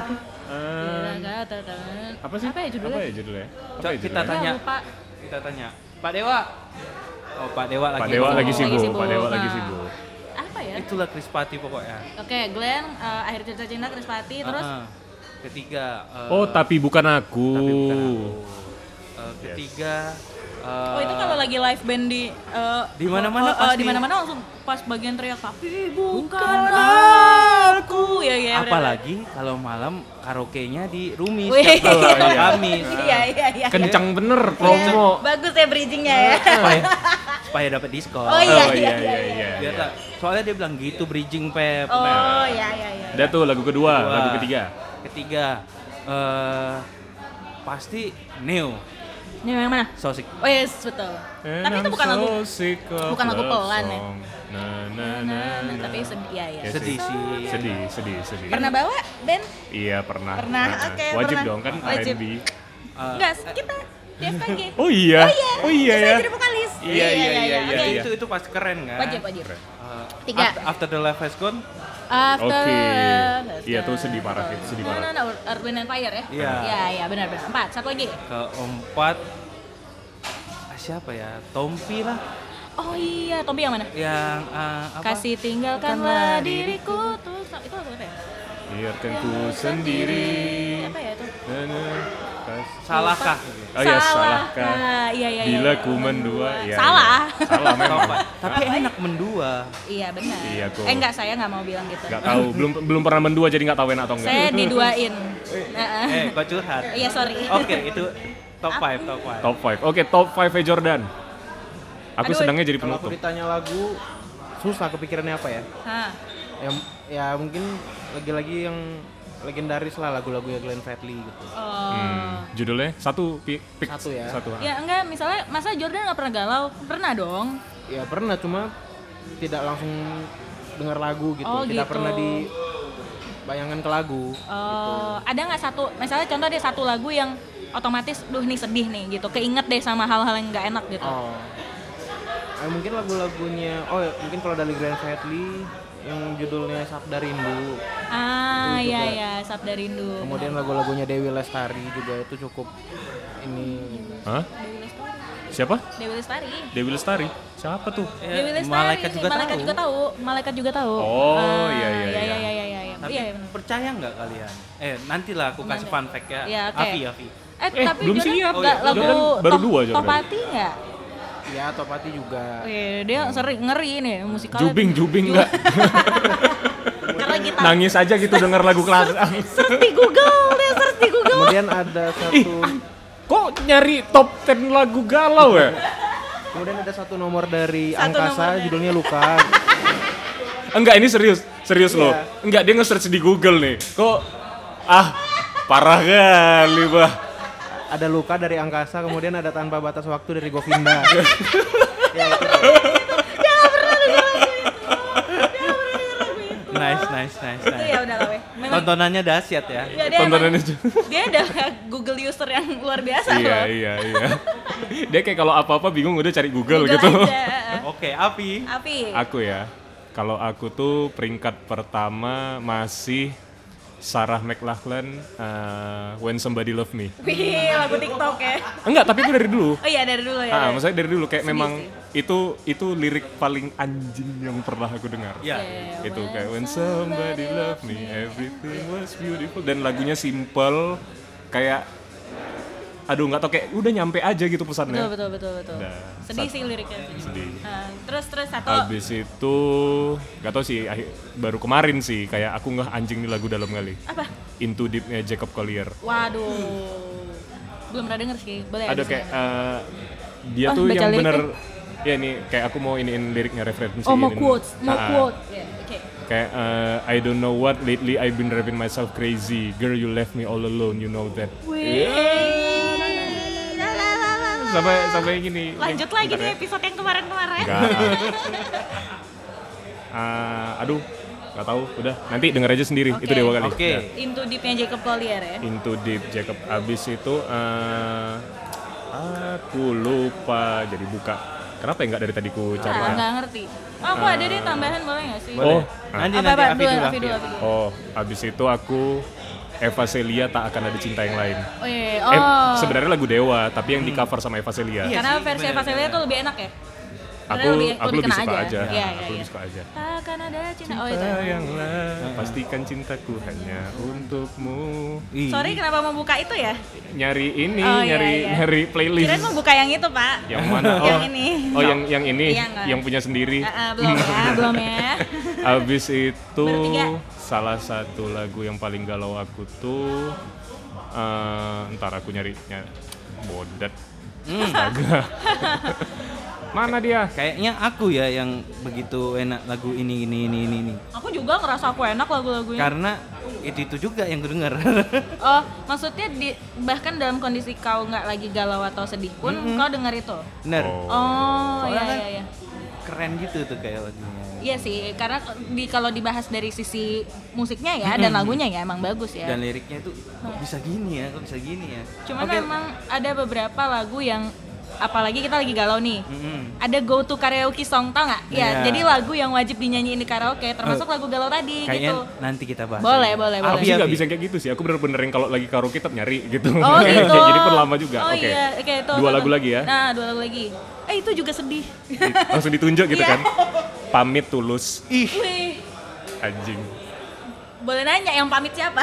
[SPEAKER 2] Eh,
[SPEAKER 3] Kira-kira.
[SPEAKER 2] apa sih?
[SPEAKER 3] Apa ya judulnya?
[SPEAKER 2] Apa ya judulnya? Apa
[SPEAKER 4] Coba
[SPEAKER 2] ya
[SPEAKER 4] kita
[SPEAKER 2] judulnya?
[SPEAKER 4] tanya.
[SPEAKER 3] Ya, lupa.
[SPEAKER 4] Kita tanya, Pak Dewa. Oh, Pak Dewa lagi.
[SPEAKER 2] Pak Dewa lagi
[SPEAKER 3] Lagi
[SPEAKER 2] sibuk,
[SPEAKER 3] sibuk.
[SPEAKER 2] Pak Dewa lagi
[SPEAKER 3] Nah.
[SPEAKER 2] sibuk.
[SPEAKER 3] Apa ya?
[SPEAKER 4] Itulah Krispati pokoknya.
[SPEAKER 3] Oke, Glenn, eh, akhir cerita cinta Chris Pati, terus
[SPEAKER 4] Ah, ah. Ketiga. eh,
[SPEAKER 2] Oh, tapi bukan aku.
[SPEAKER 4] tapi bukan aku. Eh, ketiga. eh,
[SPEAKER 3] oh itu kalau lagi live band di eh,
[SPEAKER 4] Di mana-mana
[SPEAKER 3] oh, oh,
[SPEAKER 4] pasti.
[SPEAKER 3] di mana-mana langsung pas bagian teriak tapi bukan
[SPEAKER 4] Bukan
[SPEAKER 3] aku. Ya ya. benar.
[SPEAKER 4] apalagi kalau malam karaoke-nya di Rumi
[SPEAKER 3] Wih.
[SPEAKER 4] setiap
[SPEAKER 2] Oh,
[SPEAKER 4] malam
[SPEAKER 2] iya.
[SPEAKER 4] Kamis.
[SPEAKER 3] Iya iya iya.
[SPEAKER 2] Kencang bener promo.
[SPEAKER 3] Bagus ya bridgingnya ya.
[SPEAKER 4] supaya supaya dapat diskon.
[SPEAKER 3] Oh iya
[SPEAKER 2] Oh,
[SPEAKER 3] iya
[SPEAKER 2] iya,
[SPEAKER 3] iya.
[SPEAKER 2] iya, iya.
[SPEAKER 4] Biar tak- soalnya dia bilang gitu bridging Pep.
[SPEAKER 3] Oh iya iya iya.
[SPEAKER 2] Udah tuh lagu kedua,
[SPEAKER 4] Kedua.
[SPEAKER 2] lagu ketiga.
[SPEAKER 4] Ketiga eh pasti Neo
[SPEAKER 3] Ini yang mana?
[SPEAKER 4] So Sick.
[SPEAKER 3] Oh yes betul. Tapi itu bukan lagu bukan lagu pelan ya.
[SPEAKER 2] Nah,
[SPEAKER 3] Nah,
[SPEAKER 2] nah, nah,
[SPEAKER 3] nah,
[SPEAKER 2] nah.
[SPEAKER 3] tapi sedih ya ya.
[SPEAKER 2] Ya
[SPEAKER 4] Sedih sih.
[SPEAKER 2] Sedih, sedih, sedih.
[SPEAKER 3] Pernah bawa band?
[SPEAKER 2] Iya, pernah.
[SPEAKER 3] Pernah,
[SPEAKER 2] Nah,
[SPEAKER 3] oke,
[SPEAKER 2] Wajib
[SPEAKER 3] pernah.
[SPEAKER 2] dong kan
[SPEAKER 3] Wajib.
[SPEAKER 2] R and B.
[SPEAKER 4] Eh,
[SPEAKER 3] Enggak, kita di F K G.
[SPEAKER 2] Oh iya. Oh iya
[SPEAKER 3] Saya
[SPEAKER 2] ya.
[SPEAKER 3] jadi vokalis.
[SPEAKER 2] Iya, iya, iya, iya,
[SPEAKER 3] Oke.
[SPEAKER 2] iya.
[SPEAKER 4] itu itu pasti keren kan?
[SPEAKER 3] Wajib wajib.
[SPEAKER 2] Keren.
[SPEAKER 4] Eh,
[SPEAKER 3] Tiga.
[SPEAKER 4] After, after the life has gone.
[SPEAKER 3] After
[SPEAKER 2] Oke.
[SPEAKER 3] Let's
[SPEAKER 2] Iya,
[SPEAKER 3] go.
[SPEAKER 2] tuh sedih parah, itu sedih parah.
[SPEAKER 3] Nah, nah, nah, Earth, Wind and Fire ya?
[SPEAKER 4] Iya.
[SPEAKER 3] Iya, iya, benar benar. Empat, satu lagi.
[SPEAKER 4] Keempat ah, siapa ya? Tompi lah.
[SPEAKER 3] Oh iya, Tompi yang mana?
[SPEAKER 4] Yang ah, apa?
[SPEAKER 3] Kasih tinggalkanlah diriku tuh. Itu lagu apa ya?
[SPEAKER 2] Biarkan ku sendiri.
[SPEAKER 3] Eh, Apa ya itu?
[SPEAKER 2] Nah, nah, kas-
[SPEAKER 4] Salahkah?
[SPEAKER 2] Oh iya, salahkah?
[SPEAKER 3] Iya, iya, iya.
[SPEAKER 2] Bila
[SPEAKER 3] iya.
[SPEAKER 2] ku mendua. Iya,
[SPEAKER 3] Salah.
[SPEAKER 2] iya. Salah memang.
[SPEAKER 4] Top. Tapi enak mendua.
[SPEAKER 3] Iya, benar.
[SPEAKER 2] Iya, kok.
[SPEAKER 3] Eh enggak, saya enggak mau bilang gitu.
[SPEAKER 2] Gak tahu, belum belum pernah mendua jadi nggak tahu enak atau enggak.
[SPEAKER 3] Saya diduain. Heeh.
[SPEAKER 4] Eh, kok curhat?
[SPEAKER 3] Iya, sorry.
[SPEAKER 4] Oke, itu top five, top five.
[SPEAKER 2] Top five. Oke, top five Jordan. Aku
[SPEAKER 3] Aduh,
[SPEAKER 2] sedangnya jadi
[SPEAKER 1] Kalau aku
[SPEAKER 2] penutup.
[SPEAKER 1] ditanya lagu, susah kepikirannya apa ya?
[SPEAKER 3] Hah.
[SPEAKER 1] Ya, ya mungkin lagi-lagi yang legendaris lah lagu-lagu ya Glenn Fredly gitu.
[SPEAKER 3] Oh.
[SPEAKER 2] Hmm, judulnya satu pi- pick
[SPEAKER 1] Satu ya.
[SPEAKER 2] Satu.
[SPEAKER 3] Ya enggak, misalnya masa Jordan nggak pernah galau? Pernah dong.
[SPEAKER 1] Ya pernah, cuma tidak langsung dengar lagu gitu.
[SPEAKER 3] Oh,
[SPEAKER 1] tidak
[SPEAKER 3] gitu.
[SPEAKER 1] pernah di bayangan ke lagu.
[SPEAKER 3] Oh, ada nggak satu, misalnya contoh deh satu lagu yang otomatis, duh nih sedih nih gitu, keinget deh sama hal-hal yang nggak enak gitu.
[SPEAKER 1] Oh. Eh, mungkin lagu-lagunya, oh ya, mungkin kalau dari Glenn Fredly yang judulnya Sabda Rindu.
[SPEAKER 3] Ah,
[SPEAKER 1] Itu
[SPEAKER 3] iya
[SPEAKER 1] juga.
[SPEAKER 3] iya, Sabda Rindu.
[SPEAKER 1] Kemudian lagu-lagunya Dewi Lestari juga itu cukup ini.
[SPEAKER 2] Hah?
[SPEAKER 3] Dewi Lestari.
[SPEAKER 2] Siapa?
[SPEAKER 3] Dewi Lestari.
[SPEAKER 2] Dewi Lestari. Siapa tuh?
[SPEAKER 4] Ya,
[SPEAKER 3] Dewi Lestari.
[SPEAKER 4] malaikat juga
[SPEAKER 3] malaikat
[SPEAKER 4] tahu.
[SPEAKER 3] juga tahu. Malaikat juga tahu.
[SPEAKER 2] Oh,
[SPEAKER 3] Ah,
[SPEAKER 2] iya, iya,
[SPEAKER 3] iya
[SPEAKER 2] iya.
[SPEAKER 3] iya iya iya iya.
[SPEAKER 4] Tapi
[SPEAKER 3] Iya, benar.
[SPEAKER 4] percaya nggak kalian? Eh, nantilah aku kasih
[SPEAKER 3] Nanti.
[SPEAKER 4] fun fact ya.
[SPEAKER 3] Iya, oke.
[SPEAKER 4] Afi, Afi.
[SPEAKER 3] Eh,
[SPEAKER 2] Eh,
[SPEAKER 3] tapi
[SPEAKER 2] belum
[SPEAKER 3] Jordan
[SPEAKER 2] siap.
[SPEAKER 3] nggak
[SPEAKER 4] Oh, iya.
[SPEAKER 3] lagu
[SPEAKER 2] Jordan baru
[SPEAKER 3] Top-
[SPEAKER 2] dua, Jordan.
[SPEAKER 3] Topati nggak?
[SPEAKER 1] Ya, Topati juga.
[SPEAKER 3] Wih, dia sering ngeri nih musikalnya.
[SPEAKER 2] Jubing, Jubing enggak?
[SPEAKER 3] Karena kita
[SPEAKER 2] Nangis aja gitu denger lagu kelas.
[SPEAKER 3] search di Google, dia search di Google.
[SPEAKER 1] Kemudian ada satu
[SPEAKER 2] Kok nyari top sepuluh lagu galau ya?
[SPEAKER 1] kemudian ada satu nomor dari
[SPEAKER 3] Satu nomor
[SPEAKER 1] angkasa
[SPEAKER 3] dari-
[SPEAKER 1] judulnya Luka.
[SPEAKER 2] Enggak, ini serius, serius loh.
[SPEAKER 1] Iya.
[SPEAKER 2] Enggak, dia nge-search di Google nih. Kok ah parah kali, Bah.
[SPEAKER 1] Ada Luka dari angkasa, kemudian ada Tanpa Batas Waktu dari Govinda. Ya, itu.
[SPEAKER 4] Nice, nice, nice,
[SPEAKER 3] Itu
[SPEAKER 4] nice.
[SPEAKER 3] ya udah lah weh. Memang
[SPEAKER 4] Tontonannya dahsyat ya.
[SPEAKER 3] ya, dia
[SPEAKER 2] Tontonannya
[SPEAKER 3] emang-
[SPEAKER 2] juga.
[SPEAKER 3] dia adalah Google user yang luar biasa
[SPEAKER 2] Iya,
[SPEAKER 3] loh.
[SPEAKER 2] iya, iya. Dia kayak kalau apa-apa bingung udah cari Google,
[SPEAKER 3] Google
[SPEAKER 2] gitu.
[SPEAKER 3] aja.
[SPEAKER 4] Oke, Api.
[SPEAKER 3] Api.
[SPEAKER 2] Aku ya. Kalau aku tuh peringkat pertama masih Sarah McLachlan, uh, When Somebody Love Me.
[SPEAKER 3] Wih, lagu TikTok ya.
[SPEAKER 2] Enggak, tapi itu dari dulu.
[SPEAKER 3] Oh iya dari dulu ya.
[SPEAKER 2] Ah, maksudnya dari dulu kayak
[SPEAKER 3] Sedih
[SPEAKER 2] memang
[SPEAKER 3] sih.
[SPEAKER 2] itu itu lirik paling anjing yang pernah aku dengar.
[SPEAKER 4] Ya.
[SPEAKER 3] Yeah,
[SPEAKER 2] Itu
[SPEAKER 3] when
[SPEAKER 2] kayak When Somebody Love Me, Everything Was Beautiful, dan lagunya simple kayak aduh nggak tau kayak udah nyampe aja gitu
[SPEAKER 3] Betul
[SPEAKER 2] pesannya.
[SPEAKER 3] betul betul betul.
[SPEAKER 2] Nah,
[SPEAKER 3] Sedih
[SPEAKER 2] sat-
[SPEAKER 3] sih liriknya.
[SPEAKER 2] Sedih.
[SPEAKER 3] Nah, terus terus satu.
[SPEAKER 2] Habis itu nggak tau sih akhir- baru kemarin sih kayak aku nggak anjing nih lagu dalam kali.
[SPEAKER 3] Apa?
[SPEAKER 2] Into Deep-nya Jacob Collier.
[SPEAKER 3] Waduh. Belum pernah denger sih. Boleh
[SPEAKER 2] Ada
[SPEAKER 3] abis
[SPEAKER 2] kayak
[SPEAKER 3] ini.
[SPEAKER 2] eh, dia
[SPEAKER 3] Oh,
[SPEAKER 2] tuh
[SPEAKER 3] baca
[SPEAKER 2] yang bener
[SPEAKER 3] liriknya.
[SPEAKER 2] ya nih kayak aku mau iniin liriknya referensi.
[SPEAKER 3] Oh mau quotes, mau quote. Ya, oke.
[SPEAKER 2] Kayak eh, I don't know what lately I've been driving myself crazy. Girl you left me all alone, you know that.
[SPEAKER 3] Wih. La, la, la, la, la.
[SPEAKER 2] Sampai sampai gini.
[SPEAKER 3] Lanjut lagi nih episode yang kemarin-kemarin.
[SPEAKER 2] Enggak. Ah, aduh, nggak tahu. Udah, nanti denger aja sendiri.
[SPEAKER 3] Oke.
[SPEAKER 2] Itu dewa kali.
[SPEAKER 4] Oke.
[SPEAKER 2] Ya.
[SPEAKER 3] Into Deep-nya Jacob Collier ya.
[SPEAKER 2] Into Deep Jacob. Abis itu eh, aku lupa jadi buka. Kenapa ya nggak dari tadi ku cari?
[SPEAKER 3] Ah, nggak ngerti. Oh, aku ada deh tambahan boleh nggak sih?
[SPEAKER 2] Oh,
[SPEAKER 4] Nanti
[SPEAKER 3] Apa
[SPEAKER 4] nanti
[SPEAKER 3] apa?
[SPEAKER 4] Api
[SPEAKER 3] Dua,
[SPEAKER 4] dulu.
[SPEAKER 3] Afi
[SPEAKER 4] Api.
[SPEAKER 3] dulu, Afi dulu.
[SPEAKER 2] oh, abis itu aku Eva Celia Tak Akan Ada Cinta Yang Lain.
[SPEAKER 3] Oh iya.
[SPEAKER 2] Eh,
[SPEAKER 3] Oh. Hmm.
[SPEAKER 2] sebenarnya lagu Dewa, tapi yang di cover sama Eva Celia.
[SPEAKER 4] Iya
[SPEAKER 3] Karena
[SPEAKER 4] sih,
[SPEAKER 3] versi
[SPEAKER 4] bener,
[SPEAKER 3] Eva Celia
[SPEAKER 4] bener.
[SPEAKER 3] tuh lebih enak ya.
[SPEAKER 2] Aku
[SPEAKER 3] Karena lebih,
[SPEAKER 2] aku
[SPEAKER 3] lebih
[SPEAKER 2] lebih
[SPEAKER 3] kena
[SPEAKER 2] suka aja.
[SPEAKER 3] Iya, iya,
[SPEAKER 2] Aku
[SPEAKER 3] iya.
[SPEAKER 2] lebih suka aja.
[SPEAKER 3] Takkan ada cinta. Oh itu.
[SPEAKER 2] Sayanglah, pastikan cintaku hanya untukmu.
[SPEAKER 4] Ih.
[SPEAKER 3] Sorry kenapa mau buka itu ya?
[SPEAKER 2] Nyari ini,
[SPEAKER 3] Oh, iya,
[SPEAKER 2] nyari
[SPEAKER 3] iya.
[SPEAKER 2] nyari playlist.
[SPEAKER 3] Kirain mau buka yang itu pak.
[SPEAKER 2] Yang mana? Oh,
[SPEAKER 3] Yang ini.
[SPEAKER 2] Oh, yang yang ini,
[SPEAKER 3] Iya, enggak.
[SPEAKER 2] yang punya sendiri.
[SPEAKER 3] Ah, ah, belum ya, belum ya.
[SPEAKER 2] Abis itu
[SPEAKER 3] Bertiga.
[SPEAKER 2] salah satu lagu yang paling galau aku tuh eh, ntar aku nyarinya bodet.
[SPEAKER 3] Hmm.
[SPEAKER 2] Astaga. Mana dia?
[SPEAKER 4] Kayaknya aku ya yang begitu enak lagu ini ini ini ini. ini.
[SPEAKER 3] Aku juga ngerasa aku enak lagu-lagunya.
[SPEAKER 4] Karena itu itu juga yang kedenger.
[SPEAKER 3] Oh, maksudnya di, bahkan dalam kondisi kau nggak lagi galau atau sedih pun kau dengar itu.
[SPEAKER 4] Bener.
[SPEAKER 2] Oh.
[SPEAKER 3] Oh,
[SPEAKER 4] Soalnya
[SPEAKER 3] iya
[SPEAKER 4] kan
[SPEAKER 3] iya iya.
[SPEAKER 4] Keren gitu tuh kayak lagunya.
[SPEAKER 3] Iya sih, karena di kalau dibahas dari sisi musiknya ya dan lagunya ya emang bagus ya.
[SPEAKER 4] Dan liriknya tuh kok bisa gini ya, kok bisa gini ya.
[SPEAKER 3] Cuman
[SPEAKER 4] Oke.
[SPEAKER 3] memang ada beberapa lagu yang apalagi kita lagi galau nih.
[SPEAKER 4] Mm-mm.
[SPEAKER 3] Ada go to karaoke song tau nggak? Ya,
[SPEAKER 4] Iya.
[SPEAKER 3] jadi lagu yang wajib dinyanyiin di karaoke termasuk lagu galau tadi
[SPEAKER 4] Kayaknya
[SPEAKER 3] gitu.
[SPEAKER 4] nanti kita bahas.
[SPEAKER 3] Boleh,
[SPEAKER 4] lagi.
[SPEAKER 3] boleh,
[SPEAKER 2] Aku
[SPEAKER 3] boleh.
[SPEAKER 2] sih nggak
[SPEAKER 4] Api.
[SPEAKER 2] bisa kayak gitu sih. Aku bener-bener yang kalau lagi karaoke tetap nyari gitu.
[SPEAKER 3] Oh gitu.
[SPEAKER 2] Jadi pun lama juga.
[SPEAKER 3] Oh
[SPEAKER 2] Oke.
[SPEAKER 3] iya, oke itu.
[SPEAKER 2] Dua lagu lagi ya.
[SPEAKER 3] Nah, dua lagu lagi. Eh itu juga sedih.
[SPEAKER 2] Langsung ditunjuk gitu
[SPEAKER 3] Iya.
[SPEAKER 2] kan. Pamit tulus.
[SPEAKER 4] Ih,
[SPEAKER 3] Wih,
[SPEAKER 2] Anjing.
[SPEAKER 3] boleh nanya yang pamit siapa?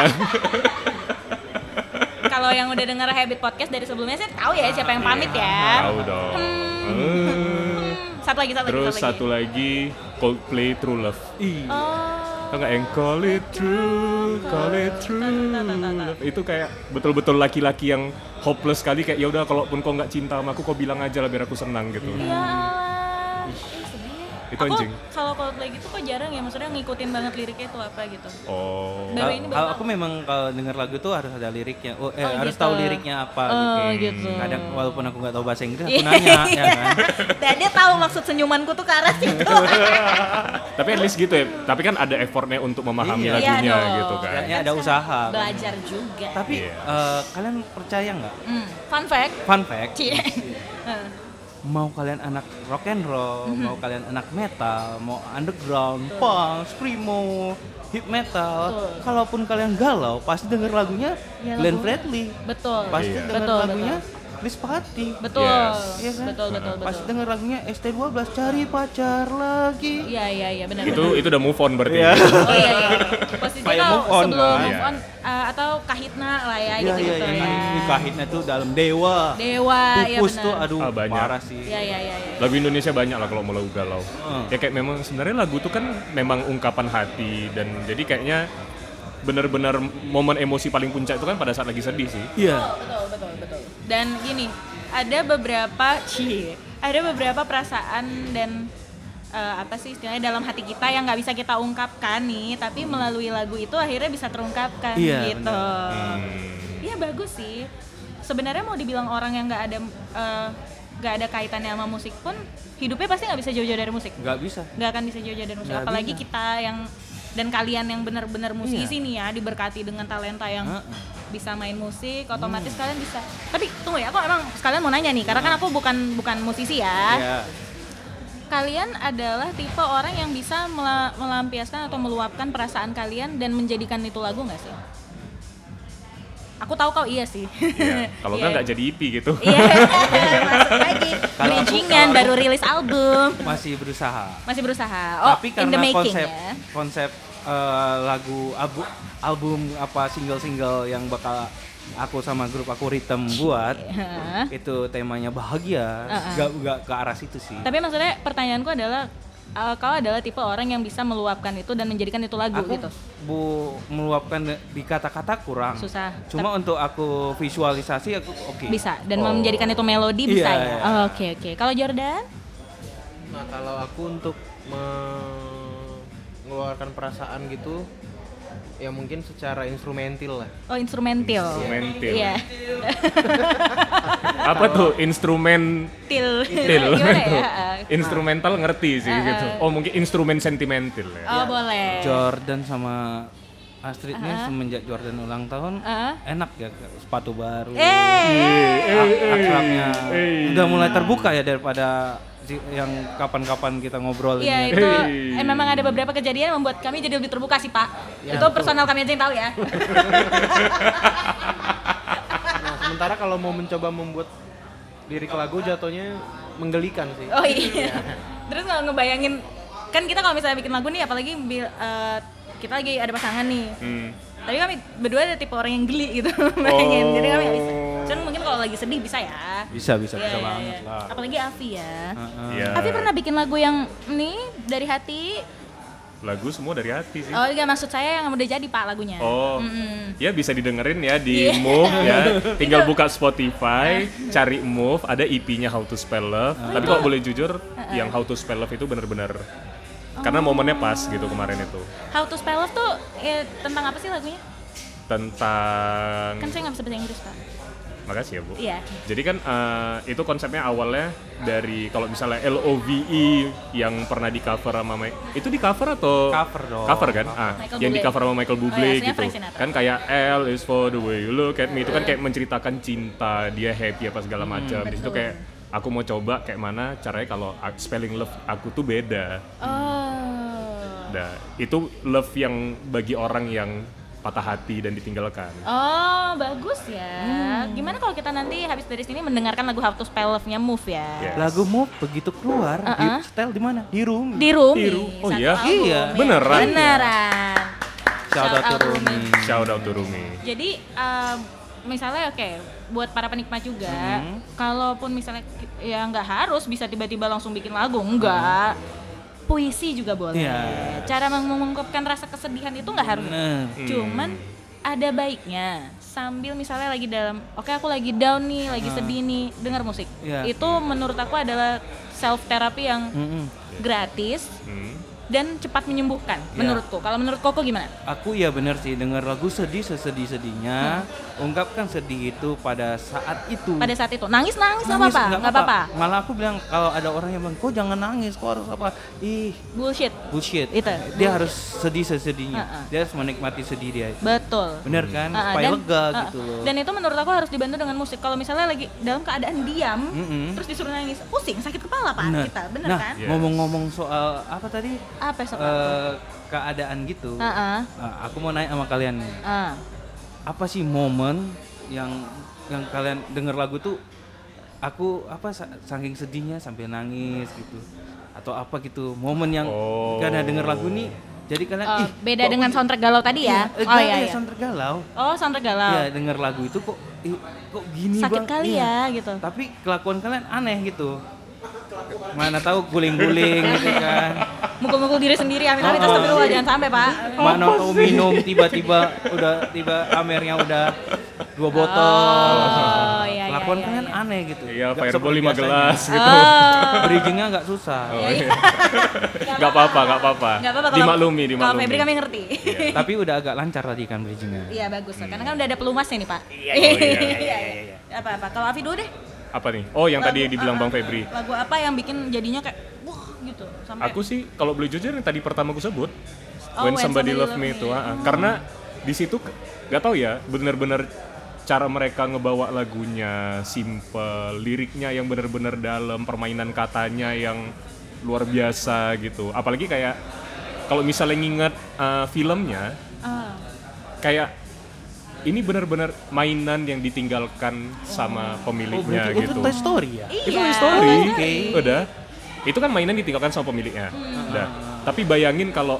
[SPEAKER 3] Kalau yang udah denger Habit Podcast dari sebelumnya saya tahu ya siapa yang pamit ya.
[SPEAKER 2] Tahu dong. Eh.
[SPEAKER 3] Hmm, satu lagi, satu
[SPEAKER 2] Terus
[SPEAKER 3] lagi,
[SPEAKER 2] satu lagi Coldplay True Love.
[SPEAKER 4] ih.
[SPEAKER 3] Oh.
[SPEAKER 2] Tau nggak yang call it true, call it true. Love. Itu kayak betul-betul laki-laki yang hopeless sekali kayak ya udah kalaupun kau nggak cinta sama aku kau bilang aja lah biar aku senang gitu.
[SPEAKER 3] Ya alah. Ih, sedih ya.
[SPEAKER 2] Itu
[SPEAKER 3] Aku
[SPEAKER 2] anjing.
[SPEAKER 3] kalau Coldplay gitu kok jarang ya, maksudnya ngikutin banget liriknya itu apa gitu.
[SPEAKER 2] Oh.
[SPEAKER 3] Baru
[SPEAKER 4] Kalau
[SPEAKER 3] ini baru
[SPEAKER 4] kalau
[SPEAKER 3] tahu.
[SPEAKER 4] aku memang kalau denger lagu tuh harus ada liriknya. Oh, eh,
[SPEAKER 3] Oh,
[SPEAKER 4] harus
[SPEAKER 3] gitu.
[SPEAKER 4] tahu liriknya apa
[SPEAKER 3] Oh
[SPEAKER 4] gitu.
[SPEAKER 3] gitu.
[SPEAKER 4] Kadang walaupun aku nggak tahu bahasa Inggris aku
[SPEAKER 3] Iya.
[SPEAKER 4] nanya ya kan.
[SPEAKER 3] Dan dia tahu maksud senyumanku tuh ke arah situ.
[SPEAKER 2] Tapi at least gitu ya. Tapi kan ada effortnya untuk memahami
[SPEAKER 4] Iya.
[SPEAKER 2] lagunya
[SPEAKER 3] Iya dong.
[SPEAKER 2] gitu kan.
[SPEAKER 4] Kayaknya ada usaha.
[SPEAKER 3] Belajar juga.
[SPEAKER 4] Tapi
[SPEAKER 2] Iya.
[SPEAKER 4] eh, kalian percaya nggak?
[SPEAKER 3] Hmm, fun fact.
[SPEAKER 4] Fun fact.
[SPEAKER 3] Cie. Heeh.
[SPEAKER 4] Mau kalian anak rock and roll,
[SPEAKER 3] Mhm.
[SPEAKER 4] mau kalian anak metal, mau underground, punk, screamo, hip metal,
[SPEAKER 3] Betul.
[SPEAKER 4] kalaupun kalian galau pasti denger lagunya
[SPEAKER 3] Ya,
[SPEAKER 4] Glenn
[SPEAKER 3] lagu-
[SPEAKER 4] Fredly.
[SPEAKER 3] Betul.
[SPEAKER 4] Pasti
[SPEAKER 2] Iya.
[SPEAKER 4] denger
[SPEAKER 3] Betul,
[SPEAKER 4] lagunya Chris Patti.
[SPEAKER 3] Betul.
[SPEAKER 2] Yes.
[SPEAKER 4] Iya kan?
[SPEAKER 3] Betul, betul,
[SPEAKER 4] Pasti
[SPEAKER 3] betul.
[SPEAKER 4] denger lagunya S T dua belas cari pacar lagi.
[SPEAKER 3] Iya, iya, iya, benar.
[SPEAKER 2] Itu itu udah move on berarti.
[SPEAKER 4] Iya.
[SPEAKER 3] Oh iya iya. Posisinya
[SPEAKER 4] Kayak
[SPEAKER 3] kalau
[SPEAKER 4] move on,
[SPEAKER 3] sebelum
[SPEAKER 2] kan?
[SPEAKER 3] move
[SPEAKER 2] Iya.
[SPEAKER 3] on uh, atau kahitna lah ya
[SPEAKER 4] Iya
[SPEAKER 3] gitu
[SPEAKER 4] iya
[SPEAKER 3] gitu
[SPEAKER 4] iya.
[SPEAKER 3] ya.
[SPEAKER 4] Ini kahitnya tuh dalam dewa.
[SPEAKER 3] Dewa ya
[SPEAKER 4] Pupus
[SPEAKER 3] benar.
[SPEAKER 4] tuh aduh
[SPEAKER 2] Ah, banyak.
[SPEAKER 4] parah sih.
[SPEAKER 3] Iya iya iya iya.
[SPEAKER 2] Lagu Indonesia banyak lah kalau mau lagu galau.
[SPEAKER 4] Heeh.
[SPEAKER 2] Ya kayak memang sebenarnya lagu tuh kan memang ungkapan hati dan jadi kayaknya benar-benar momen emosi paling puncak itu kan pada saat lagi sedih sih.
[SPEAKER 4] Iya.
[SPEAKER 3] Betul, betul, betul. Dan gini, ada beberapa cie, ada beberapa perasaan dan uh, apa sih istilahnya dalam hati kita yang nggak bisa kita ungkapkan nih, tapi melalui lagu itu akhirnya bisa terungkapkan
[SPEAKER 4] Iya,
[SPEAKER 3] gitu.
[SPEAKER 2] Hmm.
[SPEAKER 3] Iya bagus sih. Sebenarnya mau dibilang orang yang nggak ada uh, nggak ada kaitannya sama musik pun hidupnya pasti nggak bisa jauh-jauh dari musik.
[SPEAKER 4] Nggak bisa.
[SPEAKER 3] Nggak akan bisa jauh-jauh dari musik.
[SPEAKER 4] Nggak
[SPEAKER 3] Apalagi
[SPEAKER 4] bisa.
[SPEAKER 3] kita yang dan kalian yang benar-benar musisi
[SPEAKER 4] Iya.
[SPEAKER 3] nih ya, diberkati dengan talenta yang
[SPEAKER 4] Heeh.
[SPEAKER 3] bisa main musik, otomatis kalian bisa. Tapi tunggu ya, aku emang sekalian mau nanya nih, karena kan aku bukan bukan musisi ya.
[SPEAKER 4] Iya.
[SPEAKER 3] Kalian adalah tipe orang yang bisa mela- melampiaskan atau meluapkan perasaan kalian dan menjadikan itu lagu nggak sih? Aku tahu kau iya sih.
[SPEAKER 2] Iya. Kalau
[SPEAKER 3] Iya.
[SPEAKER 2] enggak nggak jadi E P gitu.
[SPEAKER 3] Iya, masuk lagi.
[SPEAKER 4] Kalau aku-
[SPEAKER 3] Bridgingan
[SPEAKER 4] kalau
[SPEAKER 3] baru rilis album.
[SPEAKER 4] Masih berusaha.
[SPEAKER 3] Masih berusaha. Oh,
[SPEAKER 4] Tapi
[SPEAKER 3] in the
[SPEAKER 4] karena
[SPEAKER 3] making
[SPEAKER 4] konsep
[SPEAKER 3] ya.
[SPEAKER 4] konsep eh, lagu abu, album apa single-single yang bakal aku sama grup aku Rhythm buat
[SPEAKER 3] Hah?
[SPEAKER 4] itu temanya bahagia,
[SPEAKER 3] Uh-uh.
[SPEAKER 4] gak, gak ke arah situ sih.
[SPEAKER 3] Tapi maksudnya pertanyaanku adalah uh, kau adalah tipe orang yang bisa meluapkan itu dan menjadikan itu lagu
[SPEAKER 4] Aku
[SPEAKER 3] gitu.
[SPEAKER 4] bu meluapkan di kata-kata kurang.
[SPEAKER 3] Susah.
[SPEAKER 4] Cuma untuk aku visualisasi aku oke.
[SPEAKER 3] Bisa dan
[SPEAKER 2] Oh.
[SPEAKER 3] menjadikan itu melodi bisa
[SPEAKER 4] Iya,
[SPEAKER 3] ya.
[SPEAKER 4] iya.
[SPEAKER 3] Oh, Oke oke. Kalau Jordan?
[SPEAKER 1] Nah kalau aku untuk mengeluarkan perasaan gitu, ya mungkin secara instrumental lah.
[SPEAKER 3] Oh instrumental.
[SPEAKER 2] Instrumental.
[SPEAKER 3] Iya.
[SPEAKER 2] Apa tuh instrumen
[SPEAKER 3] Til.
[SPEAKER 2] til?
[SPEAKER 3] Gimana ya?
[SPEAKER 2] Instrumental ngerti sih
[SPEAKER 3] Uh-uh.
[SPEAKER 2] gitu. Oh mungkin instrumen sentimental ya.
[SPEAKER 3] Oh boleh.
[SPEAKER 4] Jordan sama Astrid nih semenjak Jordan ulang tahun
[SPEAKER 3] Uh-uh.
[SPEAKER 4] enak ya sepatu baru.
[SPEAKER 3] Eh.
[SPEAKER 4] Ak- akhlaknya
[SPEAKER 2] eh.
[SPEAKER 4] udah mulai terbuka ya daripada si- yang kapan-kapan kita ngobrolin.
[SPEAKER 3] Iya
[SPEAKER 4] ya.
[SPEAKER 3] itu
[SPEAKER 2] Hey.
[SPEAKER 3] eh, memang ada beberapa kejadian yang membuat kami jadi lebih terbuka sih Pak.
[SPEAKER 1] Ya,
[SPEAKER 3] itu
[SPEAKER 1] betul.
[SPEAKER 3] personal kami aja yang tahu ya.
[SPEAKER 1] Nah sementara kalau mau mencoba membuat lirik lagu jatuhnya menggelikan sih.
[SPEAKER 3] Oh iya. Terus kalau ngebayangin kan kita kalau misalnya bikin lagu nih apalagi bil- eh, kita lagi ada pasangan nih.
[SPEAKER 2] Hmm.
[SPEAKER 3] Tapi kami berdua ada tipe orang yang geli gitu. Bayangin. Jadi kami nggak bisa.
[SPEAKER 2] Oh.
[SPEAKER 3] Cuman mungkin kalau lagi sedih bisa ya.
[SPEAKER 4] Bisa bisa
[SPEAKER 3] Iya,
[SPEAKER 4] bisa
[SPEAKER 3] iya,
[SPEAKER 4] banget
[SPEAKER 3] iya.
[SPEAKER 4] lah.
[SPEAKER 3] Apalagi Afi ya.
[SPEAKER 4] Heeh.
[SPEAKER 2] Iya.
[SPEAKER 3] Afi pernah bikin lagu yang nih dari hati.
[SPEAKER 2] Lagu semua dari hati sih.
[SPEAKER 3] Oh iya maksud saya yang udah jadi Pak lagunya.
[SPEAKER 2] Oh,
[SPEAKER 3] Mm-mm.
[SPEAKER 2] ya bisa didengerin ya di
[SPEAKER 3] Iya.
[SPEAKER 2] Move ya. Tinggal buka Spotify, cari Move, ada E P-nya How to Spell Love. Tapi kalau boleh jujur, yang How to Spell Love itu benar-benar karena momennya pas gitu kemarin itu.
[SPEAKER 3] How to Spell Love tuh eh, tentang apa sih lagunya?
[SPEAKER 2] Tentang
[SPEAKER 3] Kan saya nggak bisa bahasa Inggris Pak.
[SPEAKER 2] makasih ya, Bu.
[SPEAKER 3] Iya.
[SPEAKER 2] Jadi kan eh, itu konsepnya awalnya dari kalau misalnya L O V E yang pernah di cover sama Ma- itu di cover atau
[SPEAKER 4] Cover dong.
[SPEAKER 2] cover kan? Ah,
[SPEAKER 3] Michael
[SPEAKER 2] yang di
[SPEAKER 3] Bublé.
[SPEAKER 2] cover sama Michael Bublé
[SPEAKER 3] Oh, iya, aslinya
[SPEAKER 2] gitu.
[SPEAKER 3] Frank Sinatra.
[SPEAKER 2] Kan kayak L is for the way you look at me itu kan kayak menceritakan cinta, dia happy apa segala macam. Di situ
[SPEAKER 3] betul.
[SPEAKER 2] kayak aku mau coba kayak mana caranya kalau a- spelling love aku tuh beda.
[SPEAKER 3] Oh.
[SPEAKER 2] Nah, itu love yang bagi orang yang patah hati dan ditinggalkan.
[SPEAKER 3] Oh, bagus ya. Gimana kalau kita nanti habis dari sini mendengarkan lagu How to Spell Love-nya Move ya?
[SPEAKER 2] Yes.
[SPEAKER 4] Lagu Move begitu keluar
[SPEAKER 3] Uh-uh.
[SPEAKER 4] di setel di mana? Di room.
[SPEAKER 3] Di Rumi.
[SPEAKER 2] Di Ru- oh
[SPEAKER 3] satu
[SPEAKER 2] iya?
[SPEAKER 3] album,
[SPEAKER 4] Iya.
[SPEAKER 3] ya.
[SPEAKER 2] Beneran?
[SPEAKER 3] Beneran.
[SPEAKER 4] Shout out to
[SPEAKER 3] out
[SPEAKER 4] Rumi.
[SPEAKER 2] Shout out to Rumi.
[SPEAKER 3] Jadi um, misalnya oke, buat para penikmat juga,
[SPEAKER 4] Hmm.
[SPEAKER 3] kalaupun misalnya ki- ya nggak harus bisa tiba-tiba langsung bikin lagu, enggak. Puisi juga boleh.
[SPEAKER 4] Iya.
[SPEAKER 3] Cara mengungkapkan rasa kesedihan itu nggak harus.
[SPEAKER 4] Bener.
[SPEAKER 3] Cuman ada baiknya sambil misalnya lagi dalam, oke aku lagi down nih, lagi sedih nih, dengar musik.
[SPEAKER 4] Iya.
[SPEAKER 3] Itu menurut aku adalah self therapy yang
[SPEAKER 4] Mm-mm.
[SPEAKER 3] gratis
[SPEAKER 2] Hmm.
[SPEAKER 3] dan cepat menyembuhkan.
[SPEAKER 4] Iya.
[SPEAKER 3] Menurutku. Kalau menurut Koko gimana?
[SPEAKER 4] Aku ya bener sih denger lagu sedih sesedih-sedihnya, ungkapkan sedih itu pada saat itu.
[SPEAKER 3] Pada saat itu nangis nangis nggak
[SPEAKER 4] Nangis,
[SPEAKER 3] apa-apa,
[SPEAKER 4] nggak
[SPEAKER 3] nggak apa-apa.
[SPEAKER 4] Malah aku bilang kalau ada orang yang bilang, kok jangan nangis, kok harus apa? Ih,
[SPEAKER 3] Bullshit.
[SPEAKER 4] bullshit.
[SPEAKER 3] Itu.
[SPEAKER 4] Dia harus sedih sesedihnya.
[SPEAKER 3] Uh-uh.
[SPEAKER 4] Dia harus menikmati sedih dia.
[SPEAKER 3] Betul.
[SPEAKER 4] Bener kan?
[SPEAKER 3] Uh-uh,
[SPEAKER 4] Supaya
[SPEAKER 3] dan-
[SPEAKER 4] lega
[SPEAKER 3] uh-uh.
[SPEAKER 4] gitu loh.
[SPEAKER 3] Dan itu menurut aku harus dibantu dengan musik. Kalau misalnya lagi dalam keadaan diam,
[SPEAKER 4] Mm-mm.
[SPEAKER 3] terus disuruh nangis, pusing, sakit kepala Pak
[SPEAKER 4] Bener.
[SPEAKER 3] kita, bener
[SPEAKER 4] nah,
[SPEAKER 3] kan?
[SPEAKER 2] Yes.
[SPEAKER 4] ngomong-ngomong soal apa tadi?
[SPEAKER 3] Apa sok?
[SPEAKER 4] Eh, keadaan gitu.
[SPEAKER 3] Heeh.
[SPEAKER 4] Nah, aku mau nanya sama kalian nih.
[SPEAKER 3] Ah.
[SPEAKER 4] Apa sih momen yang yang kalian denger lagu tuh aku apa sa- saking sedihnya sampai nangis gitu atau apa gitu momen yang
[SPEAKER 2] Oh.
[SPEAKER 4] karena denger lagu nih jadi kalian
[SPEAKER 3] Oh,
[SPEAKER 4] ih
[SPEAKER 3] beda
[SPEAKER 4] kok
[SPEAKER 3] dengan
[SPEAKER 4] gini?"
[SPEAKER 3] soundtrack galau tadi ya?
[SPEAKER 4] Iya, eh,
[SPEAKER 3] Oh
[SPEAKER 4] iya,
[SPEAKER 3] iya,
[SPEAKER 4] iya,
[SPEAKER 3] iya.
[SPEAKER 4] soundtrack galau.
[SPEAKER 3] Oh, soundtrack galau.
[SPEAKER 4] Ya denger lagu itu kok ih, kok gini
[SPEAKER 3] Sakit
[SPEAKER 4] bang
[SPEAKER 3] kali
[SPEAKER 4] Iya.
[SPEAKER 3] ya gitu.
[SPEAKER 4] Tapi kelakuan kalian aneh gitu. mana tahu guling-guling gitu kan.
[SPEAKER 3] Mukul-mukul diri sendiri, amit-amit astagfirullah, jangan sampai Pak.
[SPEAKER 4] Mana tahu minum tiba-tiba udah tiba Amernya udah dua botol.
[SPEAKER 3] Oh, iya, iya,
[SPEAKER 4] Kelakuan
[SPEAKER 3] iya,
[SPEAKER 4] kan
[SPEAKER 3] iya.
[SPEAKER 4] aneh gitu.
[SPEAKER 2] Iya,
[SPEAKER 4] Nggak
[SPEAKER 2] fireball
[SPEAKER 4] seperti
[SPEAKER 2] lima
[SPEAKER 4] biasanya.
[SPEAKER 2] gelas gitu.
[SPEAKER 3] Oh.
[SPEAKER 4] Bridgingnya nggak susah.
[SPEAKER 2] Oh, iya. Gak apa-apa, gak apa-apa.
[SPEAKER 3] Nggak apa-apa kalau
[SPEAKER 2] Dimaklumi,
[SPEAKER 3] Kalau
[SPEAKER 2] dimaklumi.
[SPEAKER 3] Febri kami ngerti.
[SPEAKER 4] Tapi udah agak lancar tadi kan bridgingnya.
[SPEAKER 3] Iya bagus, karena kan udah ada pelumasnya nih Pak. Iya,
[SPEAKER 2] iya, iya,
[SPEAKER 3] iya. Apa-apa? Kalau Afi dulu deh.
[SPEAKER 2] Apa nih? Oh, yang tadi
[SPEAKER 3] Lagu-
[SPEAKER 2] dibilang
[SPEAKER 3] ah,
[SPEAKER 2] Bang Febri.
[SPEAKER 3] Lagu apa yang bikin jadinya kayak wah gitu sampai
[SPEAKER 2] Aku sih kalau boleh jujur yang tadi pertama aku sebut
[SPEAKER 3] Oh,
[SPEAKER 2] When Somebody Love Me
[SPEAKER 3] Me.
[SPEAKER 2] itu, ah, ah. karena di situ nggak tahu ya, bener-bener cara mereka ngebawa lagunya simple, liriknya yang bener-bener dalam, permainan katanya yang luar biasa gitu. Apalagi kayak kalau misalnya nginget uh, filmnya,
[SPEAKER 3] Ah.
[SPEAKER 2] kayak ini bener-bener mainan yang ditinggalkan sama
[SPEAKER 4] Oh,
[SPEAKER 2] pemiliknya
[SPEAKER 4] berarti itu
[SPEAKER 2] gitu.
[SPEAKER 4] Toy Story ya?
[SPEAKER 3] Iya.
[SPEAKER 2] Itu story,
[SPEAKER 3] Oke.
[SPEAKER 2] udah. Itu kan mainan ditinggalkan sama pemiliknya, udah. Tapi bayangin kalau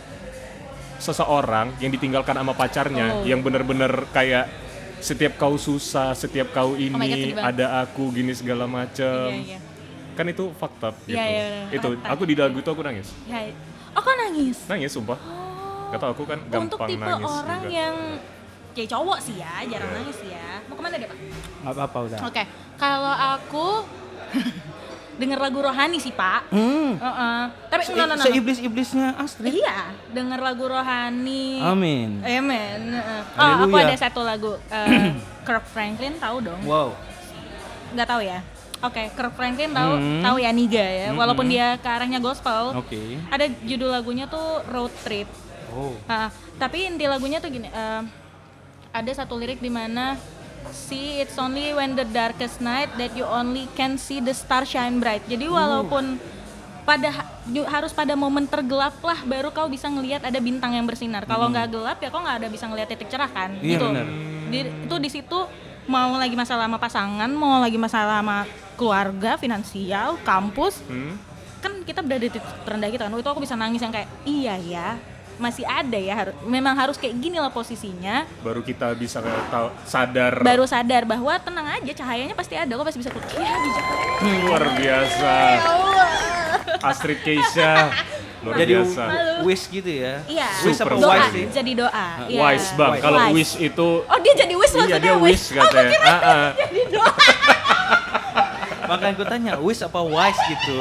[SPEAKER 2] seseorang yang ditinggalkan sama pacarnya,
[SPEAKER 3] Oh.
[SPEAKER 2] yang bener-bener kayak setiap kau susah, setiap kau
[SPEAKER 3] Oh my God,
[SPEAKER 2] ini
[SPEAKER 3] sedih banget.
[SPEAKER 2] ada aku gini segala macem,
[SPEAKER 3] Iya, iya.
[SPEAKER 2] kan itu fucked up gitu.
[SPEAKER 3] Iya, iya, iya.
[SPEAKER 2] Itu
[SPEAKER 3] Rata.
[SPEAKER 2] aku di lagu itu aku nangis,
[SPEAKER 3] Ya. Oh kok nangis?
[SPEAKER 2] nangis sumpah.
[SPEAKER 3] Oh.
[SPEAKER 2] Gak tau aku kan
[SPEAKER 3] Untuk
[SPEAKER 2] gampang
[SPEAKER 3] tipe
[SPEAKER 2] nangis
[SPEAKER 3] orang
[SPEAKER 2] juga.
[SPEAKER 3] yang kayak cowok sih ya, jarang nangis ya. Mau kemana deh Pak?
[SPEAKER 4] Nggak apa-apa udah.
[SPEAKER 3] Oke, kalau aku denger lagu rohani sih Pak.
[SPEAKER 4] Hmm.
[SPEAKER 3] Heeh. Tapi
[SPEAKER 4] Se-
[SPEAKER 3] no, no, no, no.
[SPEAKER 4] Seiblis-iblisnya Astrid.
[SPEAKER 3] Iya, denger lagu rohani.
[SPEAKER 4] Amin.
[SPEAKER 3] Amen. Heeh. Oh, aku
[SPEAKER 4] Haleluya.
[SPEAKER 3] ada satu lagu eh, Kirk Franklin tahu dong?
[SPEAKER 4] Wow.
[SPEAKER 3] Nggak tahu ya? Oke, Kirk Franklin tahu
[SPEAKER 4] Hmm.
[SPEAKER 3] tahu ya Niga ya.
[SPEAKER 4] Hmm.
[SPEAKER 3] Walaupun dia ke arahnya gospel.
[SPEAKER 4] Oke.
[SPEAKER 3] Ada judul lagunya tuh Road Trip.
[SPEAKER 4] Oh.
[SPEAKER 3] Ah, tapi inti lagunya tuh gini, eh, ada satu lirik di mana see it's only when the darkest night that you only can see the star shine bright. Jadi walaupun pada ha- ju- harus pada momen tergelap lah baru kau bisa ngelihat ada bintang yang bersinar. Kalau nggak gelap ya kau nggak ada bisa ngelihat titik cerah kan.
[SPEAKER 4] Iya,
[SPEAKER 3] gitu.
[SPEAKER 4] benar.
[SPEAKER 3] Di- itu di situ mau lagi masalah sama pasangan, mau lagi masalah sama keluarga, finansial, kampus,
[SPEAKER 2] Hmm?
[SPEAKER 3] kan kita berada di titik terendah gitu kan. Oh, itu aku bisa nangis yang kayak iya ya masih ada ya harus memang harus kayak gini lah posisinya
[SPEAKER 2] Baru kita bisa tahu sadar.
[SPEAKER 3] baru sadar bahwa tenang aja cahayanya pasti ada kok pasti bisa keluar iya di Jakarta.
[SPEAKER 2] Luar biasa. Astrid Keisha. Luar
[SPEAKER 4] Jadi
[SPEAKER 2] biasa.
[SPEAKER 4] wish gitu ya.
[SPEAKER 3] Iya
[SPEAKER 4] Wish apa
[SPEAKER 3] doa
[SPEAKER 4] wise sih?
[SPEAKER 3] jadi doa iya.
[SPEAKER 2] Wise bang.
[SPEAKER 4] Wise.
[SPEAKER 2] Kalau
[SPEAKER 3] Wise.
[SPEAKER 2] wish itu
[SPEAKER 3] Oh dia jadi wish
[SPEAKER 2] iya
[SPEAKER 3] maksudnya
[SPEAKER 2] dia wish katanya. Ah, ah.
[SPEAKER 3] jadi doa
[SPEAKER 4] Makanya gue tanya wish apa wise gitu.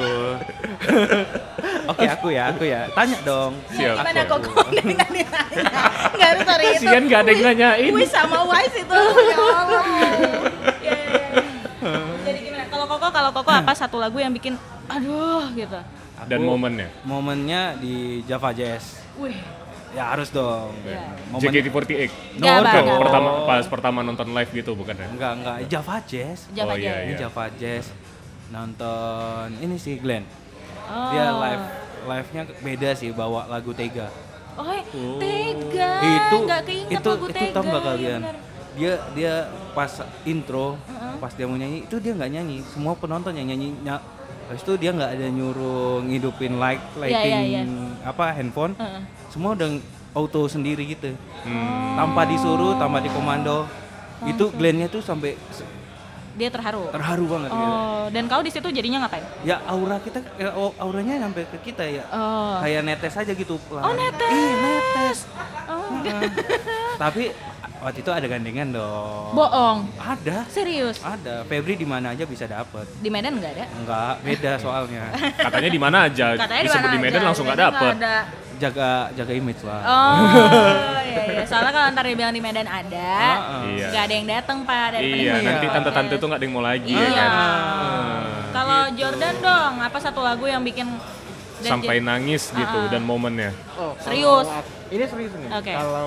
[SPEAKER 4] Oke aku ya, aku ya. Tanya dong.
[SPEAKER 2] Siap.
[SPEAKER 3] gimana
[SPEAKER 2] siap.
[SPEAKER 3] kok kok dari tadi nanya nggak harus sorry itu
[SPEAKER 2] Kasian gak ada yang nanyain.
[SPEAKER 3] wish sama wise itu ya Allah ya, ya, ya. Jadi gimana kalau koko kalau koko apa satu lagu yang bikin aduh gitu
[SPEAKER 2] Dan
[SPEAKER 4] Aku-
[SPEAKER 2] momennya.
[SPEAKER 4] Momennya di Java Jazz.
[SPEAKER 3] wih
[SPEAKER 4] Ya harus dong.
[SPEAKER 3] Iya.
[SPEAKER 4] Momen
[SPEAKER 2] J K T empat delapan.
[SPEAKER 3] Nggak,
[SPEAKER 2] Bukan,
[SPEAKER 3] Bang, nggak.
[SPEAKER 2] pertama pas pertama nonton live gitu bukan ya?
[SPEAKER 4] Enggak, enggak. Java Jazz.
[SPEAKER 3] Java
[SPEAKER 2] Oh, iya,
[SPEAKER 3] Jazz.
[SPEAKER 4] Ini
[SPEAKER 2] iya.
[SPEAKER 4] Java Jazz. Nonton ini sih Glenn.
[SPEAKER 3] Oh.
[SPEAKER 4] Dia live live-nya beda sih bawa lagu Tega.
[SPEAKER 3] Oh, eh, Tega.
[SPEAKER 4] itu
[SPEAKER 3] nggak keinget
[SPEAKER 4] itu
[SPEAKER 3] lagu
[SPEAKER 4] itu
[SPEAKER 3] Tega.
[SPEAKER 4] tahu nggak
[SPEAKER 3] iya
[SPEAKER 4] kalian?
[SPEAKER 3] bener.
[SPEAKER 4] Dia dia pas intro, pas dia mau nyanyi itu dia nggak nyanyi. Semua penonton yang nyanyi. Ny- Habis itu dia nggak ada nyuruh ngidupin light lighting
[SPEAKER 3] iya, iya.
[SPEAKER 4] apa handphone.
[SPEAKER 3] Heeh.
[SPEAKER 4] Semua udah auto sendiri gitu.
[SPEAKER 2] Hmm.
[SPEAKER 4] Tanpa disuruh, tanpa dikomando. Itu Glenn-nya tuh sampai se-
[SPEAKER 3] Dia terharu.
[SPEAKER 4] terharu banget gitu.
[SPEAKER 3] Oh, dan kau di situ jadinya ngapain?
[SPEAKER 4] Ya aura kita ya, au- auranya sampai ke kita ya.
[SPEAKER 3] Oh.
[SPEAKER 4] Kayak netes aja gitu pelan.
[SPEAKER 3] Oh, netes.
[SPEAKER 4] Ih, netes.
[SPEAKER 3] Oh,
[SPEAKER 4] Heeh. Tapi waktu itu ada gandengan dong.
[SPEAKER 3] bohong.
[SPEAKER 4] Ada.
[SPEAKER 3] Serius?
[SPEAKER 4] Ada. Febri di mana aja bisa dapet.
[SPEAKER 3] Di Medan nggak ada?
[SPEAKER 4] Enggak, beda soalnya.
[SPEAKER 2] Katanya di mana aja.
[SPEAKER 3] Katanya di
[SPEAKER 2] Disebut
[SPEAKER 3] mana
[SPEAKER 2] di Medan
[SPEAKER 3] aja,
[SPEAKER 2] langsung gak
[SPEAKER 3] Medan
[SPEAKER 2] dapet.
[SPEAKER 3] ada.
[SPEAKER 4] Jaga jaga image lah.
[SPEAKER 3] Oh, iya iya. Soalnya kalau ntar dia bilang di Medan ada,
[SPEAKER 2] Iya.
[SPEAKER 3] nggak ada yang datang Pak dari
[SPEAKER 2] Iya,
[SPEAKER 3] penikmat.
[SPEAKER 2] nanti tante-tante tuh gak ada yang mau lagi ya
[SPEAKER 3] Iya.
[SPEAKER 2] kan.
[SPEAKER 3] Kalau Jordan dong, apa satu lagu yang bikin dan
[SPEAKER 2] Sampai
[SPEAKER 3] jadi-
[SPEAKER 2] nangis gitu
[SPEAKER 3] Ah, ah.
[SPEAKER 2] dan momennya.
[SPEAKER 1] Oh, kalau
[SPEAKER 3] Serius?
[SPEAKER 1] aku- ini serius nih.
[SPEAKER 3] Oke.
[SPEAKER 1] Kalau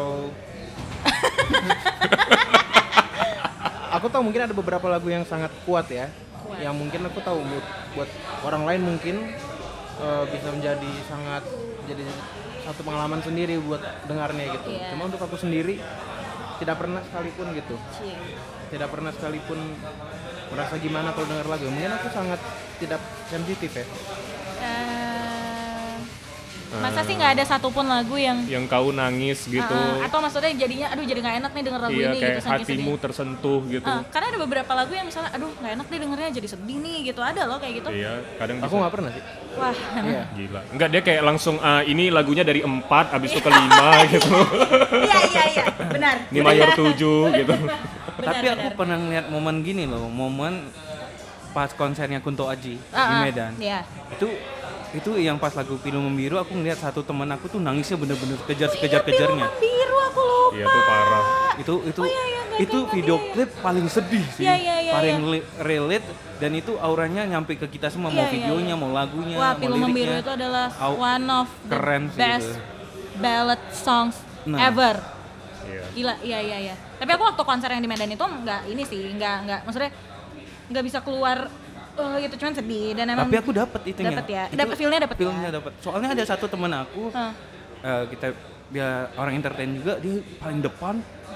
[SPEAKER 1] aku tahu mungkin ada beberapa lagu yang sangat kuat ya,
[SPEAKER 3] Kuat.
[SPEAKER 1] yang mungkin aku tahu buat, buat orang lain mungkin eh, bisa menjadi sangat jadi satu pengalaman sendiri buat dengarnya gitu.
[SPEAKER 3] Iya.
[SPEAKER 1] Cuma untuk aku sendiri tidak pernah sekalipun gitu,
[SPEAKER 3] Cie.
[SPEAKER 1] tidak pernah sekalipun merasa gimana kalau dengar lagu. Mungkin aku sangat tidak sensitif ya.
[SPEAKER 3] Eh, Masa sih nggak ada satupun lagu yang
[SPEAKER 2] Yang kau nangis gitu.
[SPEAKER 3] Uh, atau maksudnya jadinya aduh jadi nggak enak nih denger lagu
[SPEAKER 2] Iya,
[SPEAKER 3] ini
[SPEAKER 2] kayak
[SPEAKER 3] gitu saking
[SPEAKER 2] hatimu
[SPEAKER 3] sedihnya.
[SPEAKER 2] tersentuh gitu.
[SPEAKER 3] Uh, karena ada beberapa lagu yang misalnya aduh nggak enak nih dengernya jadi sedih nih gitu, ada loh kayak gitu.
[SPEAKER 2] Iya, kadang
[SPEAKER 1] Aku
[SPEAKER 2] bisa.
[SPEAKER 1] nggak pernah sih.
[SPEAKER 3] Wah,
[SPEAKER 1] Iya.
[SPEAKER 2] Gila. Enggak, dia kayak langsung ah, ini lagunya dari empat abis itu ke lima gitu.
[SPEAKER 3] iya iya iya benar.
[SPEAKER 2] Ini mayor tujuh gitu.
[SPEAKER 3] Benar,
[SPEAKER 4] Tapi aku
[SPEAKER 3] benar.
[SPEAKER 4] pernah ngeliat momen gini loh, momen pas konsernya Kunto Aji
[SPEAKER 3] Ah,
[SPEAKER 4] di
[SPEAKER 3] ah,
[SPEAKER 4] Medan.
[SPEAKER 3] Iya.
[SPEAKER 4] Itu itu yang pas lagu Pilu Membiru aku ngeliat satu teman aku tuh nangisnya bener-bener kejar-kejar-kejarnya.
[SPEAKER 3] Biru aku lupa.
[SPEAKER 2] Iya tuh parah.
[SPEAKER 4] Itu itu
[SPEAKER 3] Oh, iya, iya, nggak
[SPEAKER 4] itu
[SPEAKER 3] ingat,
[SPEAKER 4] video
[SPEAKER 3] iya.
[SPEAKER 4] klip paling sedih sih.
[SPEAKER 3] Iya, iya, iya,
[SPEAKER 4] paling
[SPEAKER 3] iya.
[SPEAKER 4] li- relate dan itu auranya nyampe ke kita semua,
[SPEAKER 3] Iya,
[SPEAKER 4] mau
[SPEAKER 3] iya,
[SPEAKER 4] videonya,
[SPEAKER 3] iya.
[SPEAKER 4] mau lagunya,
[SPEAKER 3] Wah,
[SPEAKER 4] mau
[SPEAKER 3] Pilu Membiru
[SPEAKER 4] liriknya.
[SPEAKER 3] itu adalah
[SPEAKER 4] Au-
[SPEAKER 3] one of the
[SPEAKER 4] keren sih
[SPEAKER 3] best
[SPEAKER 4] itu.
[SPEAKER 3] ballad songs
[SPEAKER 4] Nah.
[SPEAKER 3] ever.
[SPEAKER 2] Iya.
[SPEAKER 3] Gila, iya iya iya. Tapi aku waktu konser yang di Medan itu nggak ini sih, nggak nggak maksudnya nggak bisa keluar oh gitu, cuman sedih dan emang.
[SPEAKER 4] Tapi aku dapet itunya.
[SPEAKER 3] Dapet ya?
[SPEAKER 4] Itu
[SPEAKER 3] Dapet feel-nya dapet ya?
[SPEAKER 4] Feel-nya dapet. Soalnya ada satu teman aku,
[SPEAKER 3] Hah.
[SPEAKER 4] eh, kita dia orang entertain juga, dia paling depan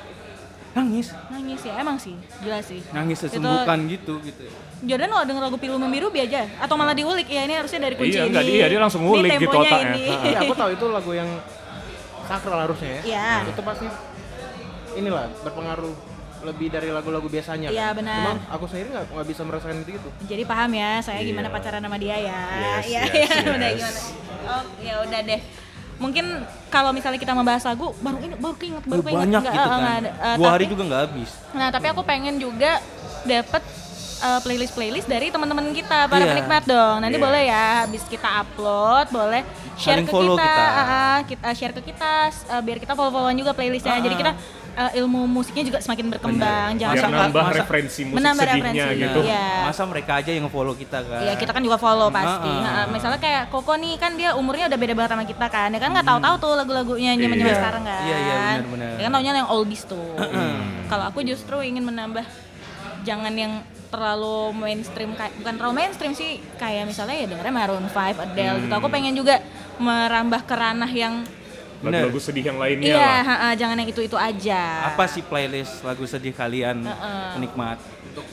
[SPEAKER 4] nangis,
[SPEAKER 3] Nangis ya, emang sih, gila sih.
[SPEAKER 4] nangis
[SPEAKER 3] Itu-
[SPEAKER 4] sesenggukan gitu gitu.
[SPEAKER 3] Jordan kalau denger lagu Pilu Membiru bi aja atau malah diulik ya ini harusnya dari kunci
[SPEAKER 2] Iya,
[SPEAKER 3] ini.
[SPEAKER 2] enggak, dia- dia langsung
[SPEAKER 3] Ini
[SPEAKER 2] ngulik gitu
[SPEAKER 3] temponya
[SPEAKER 2] otaknya.
[SPEAKER 3] ini.
[SPEAKER 2] Ha-ha.
[SPEAKER 1] Iya, aku tahu itu lagu yang sakral harusnya ya.
[SPEAKER 3] Iya.
[SPEAKER 1] Itu pasti inilah berpengaruh lebih dari lagu-lagu biasanya.
[SPEAKER 3] Iya,
[SPEAKER 1] kan.
[SPEAKER 3] benar.
[SPEAKER 1] Cuma aku sendiri nggak nggak bisa merasakan itu gitu.
[SPEAKER 3] Jadi paham ya, saya gimana
[SPEAKER 2] Iya.
[SPEAKER 3] pacaran sama dia ya.
[SPEAKER 2] Yes,
[SPEAKER 3] Iya,
[SPEAKER 2] yes,
[SPEAKER 3] iya,
[SPEAKER 2] yes.
[SPEAKER 3] udah gimana. Oh, ya udah deh. Mungkin kalau misalnya kita membahas lagu baru ini baru keinget baru
[SPEAKER 4] Oh,
[SPEAKER 3] keinget
[SPEAKER 4] banyak
[SPEAKER 3] Nggak,
[SPEAKER 4] gitu
[SPEAKER 3] eh,
[SPEAKER 4] kan.
[SPEAKER 3] nggak ada. Eh,
[SPEAKER 4] Dua hari
[SPEAKER 3] tapi-
[SPEAKER 4] juga nggak habis.
[SPEAKER 3] Nah, tapi aku pengen juga dapet uh, playlist-playlist dari teman-teman kita para
[SPEAKER 4] Iya.
[SPEAKER 3] penikmat dong. Nanti
[SPEAKER 2] Iya.
[SPEAKER 3] boleh ya habis kita upload, boleh share
[SPEAKER 4] Saling
[SPEAKER 3] ke
[SPEAKER 4] follow
[SPEAKER 3] kita,
[SPEAKER 4] kita.
[SPEAKER 3] ah, ah, kita share ke kita uh, biar kita follow-followan juga playlistnya.
[SPEAKER 4] Ah,
[SPEAKER 3] Jadi
[SPEAKER 4] ah.
[SPEAKER 3] kita uh, ilmu musiknya juga semakin berkembang. Jangan
[SPEAKER 2] Biar
[SPEAKER 4] Masa-
[SPEAKER 2] nambah
[SPEAKER 4] masa-
[SPEAKER 2] referensi musik
[SPEAKER 3] menambah
[SPEAKER 2] sedihnya
[SPEAKER 3] referensi,
[SPEAKER 2] gitu.
[SPEAKER 3] iya.
[SPEAKER 4] Masa mereka aja yang follow kita kan?
[SPEAKER 3] Iya, kita kan juga follow pasti.
[SPEAKER 4] Ah, ah.
[SPEAKER 3] Nah, misalnya kayak Koko nih kan dia umurnya udah beda banget sama kita kan. Dia kan nggak tahu-tahu tuh lagu-lagunya zaman-zaman
[SPEAKER 2] Iya.
[SPEAKER 3] sekarang kan.
[SPEAKER 4] Iya, iya, benar-benar.
[SPEAKER 3] Dia kan taunya yang oldies tuh. Kalau aku justru ingin menambah jangan yang terlalu mainstream kayak bukan terlalu mainstream sih, kayak misalnya ya dengernya Maroon five, Adele gitu. Aku pengen juga merambah ke ranah yang
[SPEAKER 2] Lagu-lagu sedih yang lainnya
[SPEAKER 3] iya,
[SPEAKER 2] lah.
[SPEAKER 3] ha, ha, jangan yang itu-itu aja.
[SPEAKER 4] Apa sih playlist lagu sedih kalian
[SPEAKER 3] Heeh.
[SPEAKER 4] penikmat?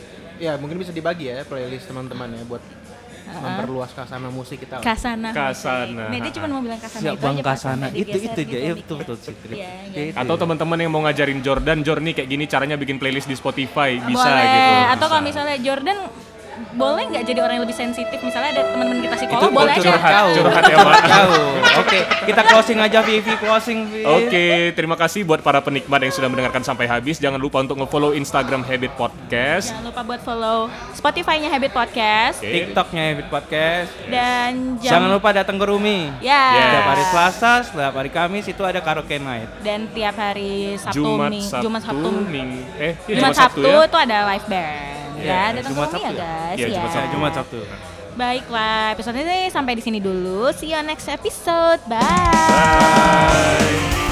[SPEAKER 1] Ya mungkin bisa dibagi ya playlist teman-teman ya buat memperluas kasana musik kita. lah.
[SPEAKER 3] Kasana.
[SPEAKER 2] Kasana.
[SPEAKER 3] Nah, dia cuma mau bilang Kasana
[SPEAKER 4] Siap
[SPEAKER 3] itu
[SPEAKER 4] Bang
[SPEAKER 3] aja. Pak.
[SPEAKER 4] Kasana.
[SPEAKER 3] Sampai
[SPEAKER 4] Itu
[SPEAKER 3] digeser
[SPEAKER 4] itu
[SPEAKER 3] gitu
[SPEAKER 4] dia. Iya,
[SPEAKER 3] dikit.
[SPEAKER 4] betul betul sih. Trip.
[SPEAKER 3] Iya,
[SPEAKER 4] Kayak
[SPEAKER 3] iya.
[SPEAKER 4] itu.
[SPEAKER 2] Atau teman-teman yang mau ngajarin Jordan, Jor nih kayak gini caranya bikin playlist di Spotify bisa
[SPEAKER 3] boleh.
[SPEAKER 2] gitu.
[SPEAKER 3] Atau kalau
[SPEAKER 2] Bisa.
[SPEAKER 3] misalnya Jordan boleh nggak jadi orang yang lebih sensitif, misalnya ada teman-teman kita psikolog,
[SPEAKER 4] Itu
[SPEAKER 3] boleh aja.
[SPEAKER 2] curhat,
[SPEAKER 4] Jauh.
[SPEAKER 2] curhat ya Pak.
[SPEAKER 4] Jauh. Oke, kita closing aja Vivi, closing Vivi.
[SPEAKER 2] Oke, terima kasih buat para penikmat yang sudah mendengarkan sampai habis. Jangan lupa untuk nge-follow Instagram Habit Podcast.
[SPEAKER 3] Jangan lupa buat follow Spotify-nya Habit Podcast
[SPEAKER 2] Oke.
[SPEAKER 4] TikToknya Habit Podcast.
[SPEAKER 3] dan jam
[SPEAKER 4] Jangan lupa datang ke Rumi.
[SPEAKER 3] ya.
[SPEAKER 4] Setiap hari Selasa, setiap hari Kamis itu ada karaoke night.
[SPEAKER 3] Dan tiap hari Sabtu,
[SPEAKER 2] Jumat,
[SPEAKER 3] Ming-
[SPEAKER 2] Sabtu,
[SPEAKER 3] Jumat Sabtu,
[SPEAKER 2] Ming, eh, iya,
[SPEAKER 3] Jumat Sabtu,
[SPEAKER 2] ya.
[SPEAKER 3] itu ada live band.
[SPEAKER 4] Iya,
[SPEAKER 3] Ya, datang ke
[SPEAKER 4] Jumat
[SPEAKER 3] Rumi ya
[SPEAKER 4] Sabtu ya?
[SPEAKER 3] guys.
[SPEAKER 2] Iya,
[SPEAKER 3] ya.
[SPEAKER 2] Jumat
[SPEAKER 4] Ya, Jumat Sabtu.
[SPEAKER 3] Baiklah, episode ini sampai di sini dulu. See you next episode. Bye.
[SPEAKER 2] Bye.